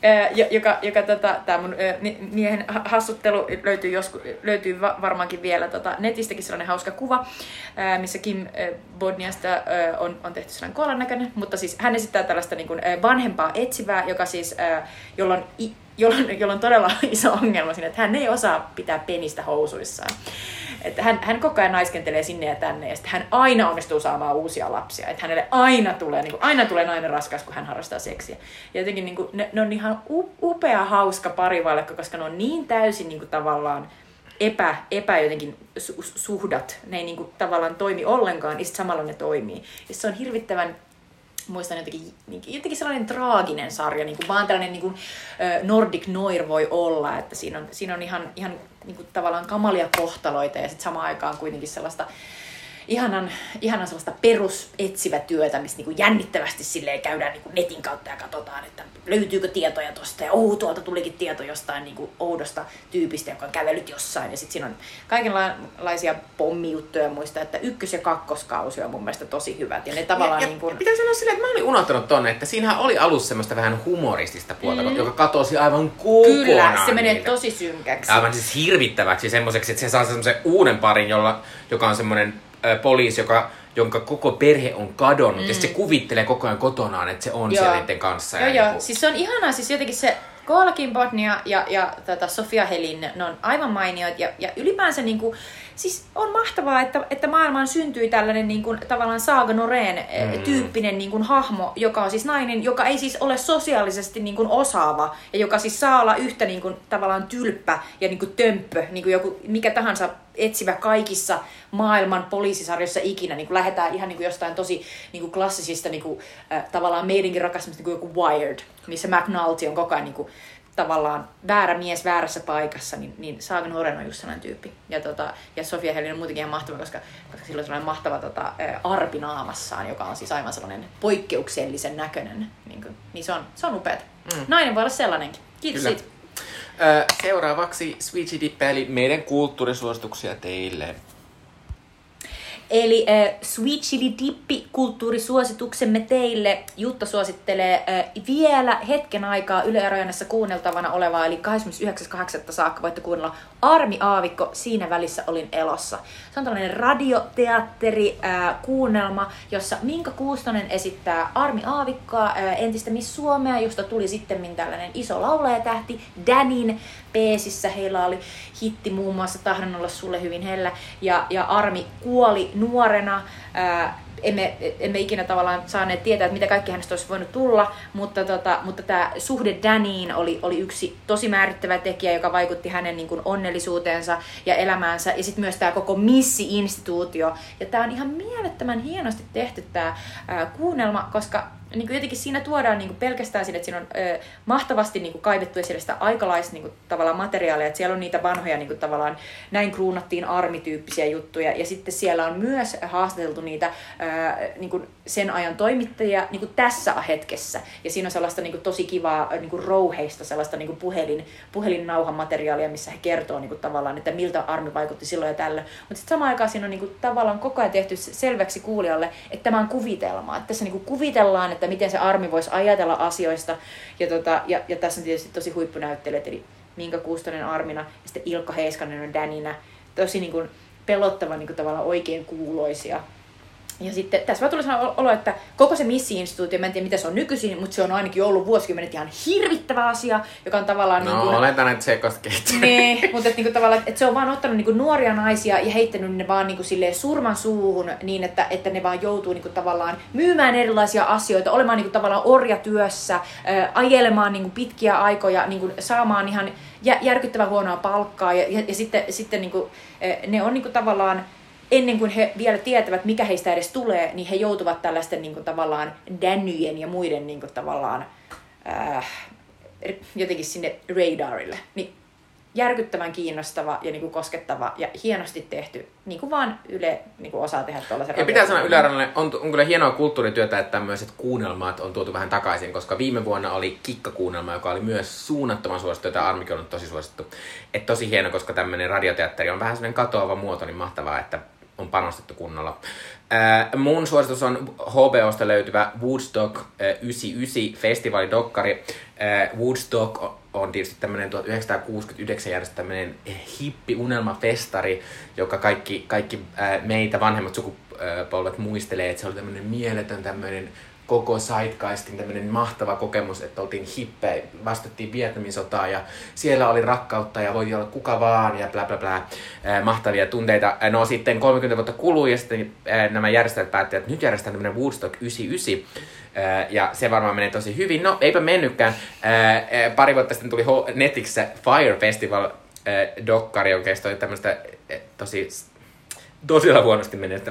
joka, joka tota, tää mun miehen hassuttelu löytyy, josku, löytyy va, varmaankin vielä tota, netistäkin sellainen hauska kuva, ää, missä Kim Bodniasta ää, on, on tehty sellainen koalan näköinen, mutta siis hän esittää tällaista niin kuin, vanhempaa etsivää, joka siis, ää, jolla, on, jolla, on, jolla on todella iso ongelma siinä, että hän ei osaa pitää penistä housuissaan. Että hän, hän koko ajan naiskentelee sinne ja tänne, ja sitten hän aina onnistuu saamaan uusia lapsia. Että hänelle aina tulee, niin kuin, aina tulee nainen raskas, kun hän harrastaa seksiä. Ja jotenkin niin kuin, ne, ne on ihan upea, hauska parivaljakko, koska ne on niin täysin niin kuin, tavallaan epä, epä jotenkin su, suhdat. Ne ei niin kuin, tavallaan toimi ollenkaan, ja sitten samalla ne toimii. Ja se on hirvittävän... Muistan jotenkin, jotenkin sellainen traaginen sarja, niin kuin vaan tällainen niin kuin Nordic Noir voi olla, että siinä on, siinä on ihan, ihan niin kuin tavallaan kamalia kohtaloita ja sitten samaan aikaan kuitenkin sellaista ihanan, ihanan sellaista perusetsivä työtä, missä niin kuin jännittävästi silleen käydään niin kuin netin kautta ja katsotaan, että löytyykö tietoja tosta ja oh, tuolta tulikin tieto jostain niin kuin oudosta tyypistä, joka on kävellyt jossain. Ja sitten siinä on kaikenlaisia pommijuttuja, muista, että ykkös- ja kakkoskausi on mun mielestä tosi hyvät. Ja ne tavallaan ja, niin kuin... Pitää sanoa silleen, että mä olin unohtanut tonne, että siinähän oli alussa semmoista vähän humoristista puolta, mm. joka katosi aivan kokonaan. Kyllä, se menee niitä. Tosi synkäksi. Aivan siis hirvittäväksi semmoiseksi, että se saa semmoisen uuden parin, jolla, joka on semmoinen äh, poliisi, joka jonka koko perhe on kadonnut, mm. ja se kuvittelee koko ajan kotonaan, että se on joo. siellä niiden kanssa. Joo, ja joo. Niin kuin... Siis se on ihanaa, siis jotenkin se Koala Kim Bodnia ja, ja tota Sofia Helin, ne on aivan mainioit, ja, ja ylipäänsä niin kuin, siis on mahtavaa, että, että maailmaan syntyi tällainen niin kuin, tavallaan Saga Noreen mm. tyyppinen niin kuin, hahmo, joka on siis nainen, joka ei siis ole sosiaalisesti niin kuin, osaava, ja joka siis saa olla yhtä niin kuin, tavallaan tylppä ja niin kuin, tömppö, niin kuin joku mikä tahansa etsivä kaikissa maailman poliisisarjoissa ikinä. Niin kuin lähdetään ihan niin kuin jostain tosi niin kuin klassisista niin kuin, äh, tavallaan meidänkin rakastamista niin kuin joku Wired, missä McNulty on koko ajan niin kuin, tavallaan väärä mies väärässä paikassa, niin, niin Saga Noren on just sellainen tyyppi. Ja, tota, ja Sofia Helin on muutenkin ihan mahtava, koska, koska sillä on sellainen mahtava tota, ä, arpi naamassaan, joka on siis aivan sellainen poikkeuksellisen näköinen. Niin, kuin, niin se on, se on upeata. Mm. Nainen voi olla sellainenkin. Kiitos Kyllä. siitä. Ö, seuraavaksi Switchy Dippe, eli meidän kulttuurisuosituksia teille. Eli äh, Sweet Chili Dippi kulttuurisuosituksemme teille. Jutta suosittelee äh, vielä hetken aikaa Yle Areenassa kuunneltavana olevaa, eli kahdeskymmenesyhdeksäs kahdeksatta saakka voitte kuunnella Armi Aavikko, Siinä välissä olin elossa. Se on tällainen radioteatteri äh, kuunnelma, jossa Minka Kuustonen esittää Armi Aavikkoa, äh, entistä Miss Suomea, josta tuli sitten tällainen iso laulajatähti Danin peesissä. Heillä oli hitti muun muassa Tahdon olla sulle hyvin hellä. Ja, ja Armi kuoli nuorena. Ää, emme, emme ikinä tavallaan saaneet tietää, että mitä kaikki hänestä olisi voinut tulla, mutta, tota, mutta tämä suhde Daniin oli, oli yksi tosi määrittävä tekijä, joka vaikutti hänen niin kuin onnellisuuteensa ja elämäänsä. Ja sitten myös tämä koko missi-instituutio. Ja tämä on ihan mielettömän hienosti tehty tämä ää, kuunnelma, koska niin kuin jotenkin siinä tuodaan niin kuin pelkästään siinä, että siinä on ö, mahtavasti niin kuin kaivettu esille sitä aikalaista niin kuin, tavallaan materiaalia, että siellä on niitä vanhoja niin kuin, tavallaan näin kruunattiin armityyppisiä juttuja, ja sitten siellä on myös haastateltu niitä ö, niin kuin sen ajan toimittajia niin kuin tässä hetkessä, ja siinä on sellaista niin kuin, tosi kivaa niin kuin rouheista sellaista niin kuin puhelin, puhelinnauhan materiaalia, missä he kertoo niin kuin, tavallaan, että miltä armi vaikutti silloin ja tällä, mutta sitten samaan aikaan siinä on niin kuin, tavallaan koko ajan tehty selväksi kuulijalle, että tämä on kuvitelma, että tässä niin kuin, kuvitellaan, että miten se armi voisi ajatella asioista. Ja, tota, ja, ja tässä on tietysti tosi huippunäyttelijät, eli Minka Kuustonen Armina ja sitten Ilkka Heiskanen on Daninä. Tosi niin kuin, pelottavan niin kuin, tavallaan oikein kuuloisia. Ja sitten tässä vaan tuli sellainen olo, että koko se missi-instituutio, mä en tiedä mitä se on nykyisin, mutta se on ainakin ollut vuosikymmenet ihan hirvittävä asia, joka on tavallaan... No, niin kuin, oletan, että se koskee. Niin, mutta että, niin kuin, tavallaan, että se on vaan ottanut niin kuin, nuoria naisia ja heittänyt ne vaan niin kuin, silleen, surman suuhun niin, että, että ne vaan joutuu niin kuin, tavallaan myymään erilaisia asioita, olemaan niin kuin, tavallaan orjatyössä, ää, ajelemaan niin kuin, pitkiä aikoja, niin kuin, saamaan ihan järkyttävän huonoa palkkaa ja, ja, ja sitten, sitten niin kuin, ne on niin kuin, tavallaan... Ennen kuin he vielä tietävät, mikä heistä edes tulee, niin he joutuvat tällaisten niin kuin, tavallaan dännyjen ja muiden niin kuin, tavallaan äh, jotenkin sinne radarille. Niin järkyttävän kiinnostava ja niin kuin, koskettava ja hienosti tehty, niin kuin vaan Yle niin kuin, osaa tehdä tuollaisen. Ja pitää sanoa Yle Areenalle, on, on kyllä hienoa kulttuurityötä, että tämmöiset kuunnelmat on tuotu vähän takaisin, koska viime vuonna oli Kikka-kuunnelma, joka oli myös suunnattoman suosittu, jota Armikin on tosi suosittu. Et tosi hieno, koska tämmöinen radioteatteri on vähän semmoinen katoava muoto, niin mahtavaa, että on panostettu kunnolla. Ää, mun suositus on H B O:sta löytyvä Woodstock ää, yhdeksänkymmentäyhdeksän festivaalidokkari. Ää, Woodstock on tietysti tämmönen tuhatyhdeksänsataakuusikymmentäyhdeksän järjestetty tämmönen hippi-unelmafestari, joka kaikki, kaikki ää, meitä vanhemmat sukupolvet muistelee, että se oli tämmönen mieletön tämmönen koko zeitgeistin tämmöinen mahtava kokemus, että oltiin hippejä, vastattiin Vietnamin sotaa ja siellä oli rakkautta ja voi olla kuka vaan ja bla bla bla, äh, mahtavia tunteita. No sitten kolmekymmentä vuotta kului ja sitten äh, nämä järjestäjät päättivät, että nyt järjestetään tämmöinen Woodstock yhdeksänkymmentäyhdeksän äh, ja se varmaan menee tosi hyvin. No eipä mennytkään. Äh, äh, pari vuotta sitten tuli netissä Fire Festival äh, dokkari, joka kestoi tämmöistä äh, tosi, tosiaan huonosti menneestä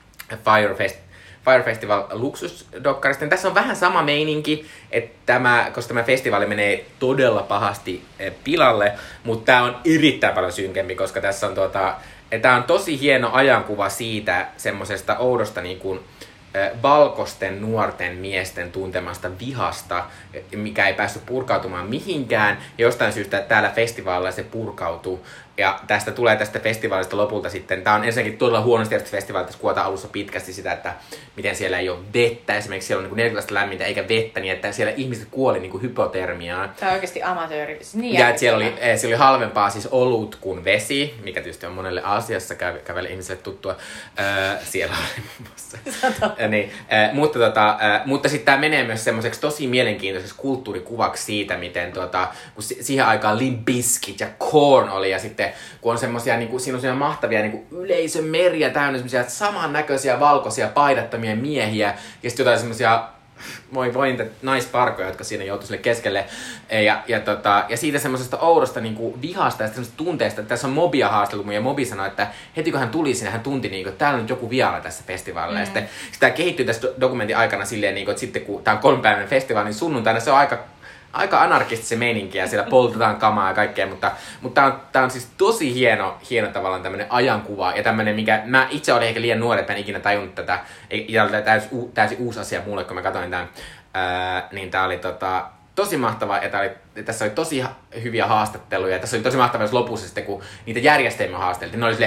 Fire Festival. Fire Festival luksusdokkarista. Tässä on vähän sama meininki, että tämä, koska tämä festivaali menee todella pahasti pilalle, mutta tämä on erittäin paljon synkempi, koska tässä on, tuota, tämä on tosi hieno ajankuva siitä semmoisesta oudosta niin kuin, valkoisten nuorten miesten tuntemasta vihasta, mikä ei päässyt purkautumaan mihinkään, ja jostain syystä täällä festivaalilla se purkautuu. Ja tästä tulee tästä festivaalista lopulta sitten, tää on ensinnäkin todella huonosti järjestetty festivaali, tässä kuvataan alussa pitkästi sitä, että miten siellä ei ole vettä, esimerkiksi siellä on niin neljäkymmentä lämmintä eikä vettä, niin että siellä ihmiset kuoli niin kuin hypotermiaan. Tämä on oikeasti amatööri. Niin ja että siellä oli, siellä oli halvempaa siis olut kuin vesi, mikä tietysti on monelle Aasiassa kävelle ihmiselle tuttua. Öö, siellä oli muun muassa. niin, äh, mutta tota, äh, mutta sitten tämä menee myös semmoiseksi tosi mielenkiintoiseksi kulttuurikuvaksi siitä, miten tota, kun si- siihen aikaan Limp Bizkit ja Korn oli ja sitten kun on semmosia, niin kuin, siinä on semmosia mahtavia niin kuin yleisön meriä täynnä semmosia samannäköisiä valkoisia paidattomia miehiä ja sitten jotain semmosia moi voi niitä naisparkoja, jotka siinä joutuu sille keskelle. Ja, ja, tota, ja siitä semmoisesta oudosta niin kuin vihasta ja semmoisesta tunteesta, että tässä on Mobia haastellut mun ja Mobi sanoi, että heti kun hän tuli sinne, hän tunti, niin kuin, että täällä on nyt joku vialla tässä festivaalilla. Mm. Ja sitten sitä kehittyy tässä dokumentin aikana silleen, niin kuin, että sitten kun tää on kolmipäiväinen festivaali, niin sunnuntaina se on aika Aika anarkista se meininki ja siellä poltetaan kamaa ja kaikkea, mutta, mutta tää on, tää on siis tosi hieno, hieno tavallaan tämmönen ajankuva ja tämmönen, mikä mä itse olin ehkä liian nuori, että mä en ikinä tajunnut tätä, ja tämä täysin, täysin uusi asia mulle, kun mä katsoin tämän, ää, niin tää oli tota, tosi mahtavaa ja oli, tässä oli tosi hyviä haastatteluja ja tässä oli tosi mahtavaa lopussa sitten, kun niitä järjestelmiä haasteltiin, ne oli silleen,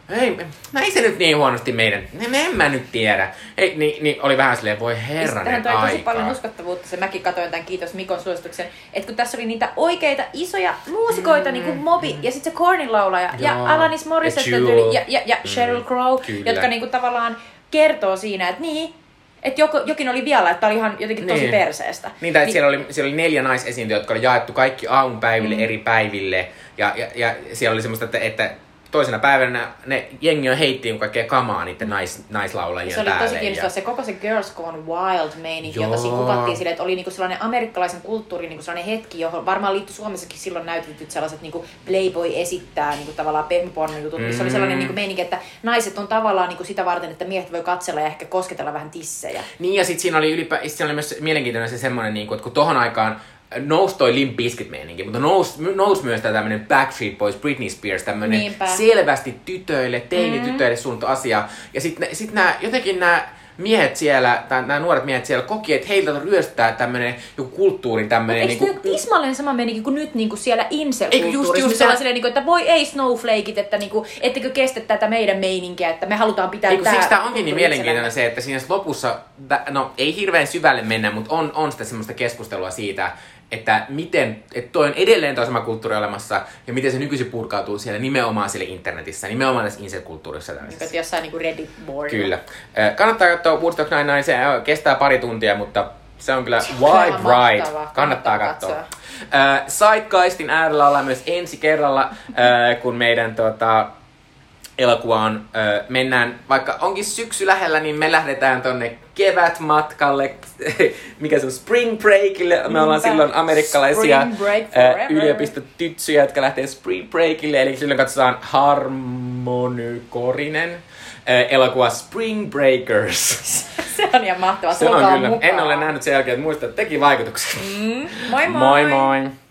ei, no ei se nyt niin huonosti meidän, en, en mä nyt tiedä. Ei, niin, niin oli vähän silleen, voi herranen aika. Tähän toi tosi aikaa. paljon uskottavuutta, se mäkin katsoin tämän, kiitos Mikon suosituksen, että kun tässä oli niitä oikeita isoja muusikoita, mm, niin kuin Moby, mm. ja sitten se Kornin laulaja, joo, ja Alanis Morissette, ja, ja, ja, ja Sheryl Crow, mm, jotka niin kuin tavallaan kertoo siinä, että niin, että jokin oli vielä, että oli ihan jotenkin tosi niin. perseestä. Niin, tai niin. Siellä, oli, siellä oli neljä naisesiintyjä, jotka oli jaettu kaikki aamupäiville, mm. eri päiville. Ja, ja, ja siellä oli semmoista, että, että toisena päivänä ne jengi on heittiin kaikkea kamaa niiden nais, naislaulajien päälle. Se oli tosi kiinnostavaa. Se koko se Girls Gone Wild-meininki, jota siinä kuvattiin silleen, että oli niinku sellainen amerikkalaisen kulttuurin niinku sellainen hetki, johon varmaan liittyi Suomessakin silloin näytetyt sellaiset niinku Playboy esittää niinku tavallaan pehmoporno-jutut. Mm. Se oli sellainen niinku meininki, että naiset on tavallaan niinku sitä varten, että miehet voi katsella ja ehkä kosketella vähän tissejä. Niin ja sitten siinä oli ylipä, siinä oli myös mielenkiintoinen se semmoinen, niinku, että kun tohon aikaan nousi toi Limp Bizkit-meininki, mutta nousi, nousi myös tämä tämmönen Backstreet Boys, Britney Spears, tämmönen Niinpä. selvästi tytöille, teini-tytöille suunnattu asia. Ja sitten sit nämä jotenkin nämä miehet siellä, tai nämä nuoret miehet siellä koki, että heiltä ryöstää tämmönen joku kulttuuri, tämmönen eikö niinku... Eikö tismalleen sama meininki kuin nyt niinku siellä incel-kulttuurissa? Just, just niinku, että voi ei snowflakeit, että niinku, ettekö kestä tätä meidän meininkiä, että me halutaan pitää Eiku, tää... Siksi tää onkin niin mielenkiintoinen se, että siinä lopussa, no ei hirveän syvälle mennä, mutta on, on sitä semmoista keskustelua siitä, että miten, että toi on edelleen toi sama kulttuuri olemassa, ja miten se nykyisin purkautuu siellä nimenomaan siellä internetissä, nimenomaan tässä incel-kulttuurissa. Niin, jossain niinku Reddit-board. Kyllä. Kannattaa katsoa Woodstock Nine-Nine, se kestää pari tuntia, mutta se on kyllä wild ride. Kannattaa, Kannattaa katsoa. katsoa. Zeitgeistin äärellä ollaan myös ensi kerralla, kun meidän tota, elokuva on, mennään, vaikka onkin syksy lähellä, niin me lähdetään tonne kevätmatkalle, mikä se on, spring breakille. Me ollaan silloin amerikkalaisia yliopistotytsyjä, jotka lähtee spring breakille, eli silloin katsotaan Harmony-Korinen elokuva Spring Breakers. Se on ihan mahtavaa. Se on kyllä. Mukaan. En ole nähnyt sen jälkeen, että muistan, että teki vaikutuksen. Mm, moi moi! Moi moi!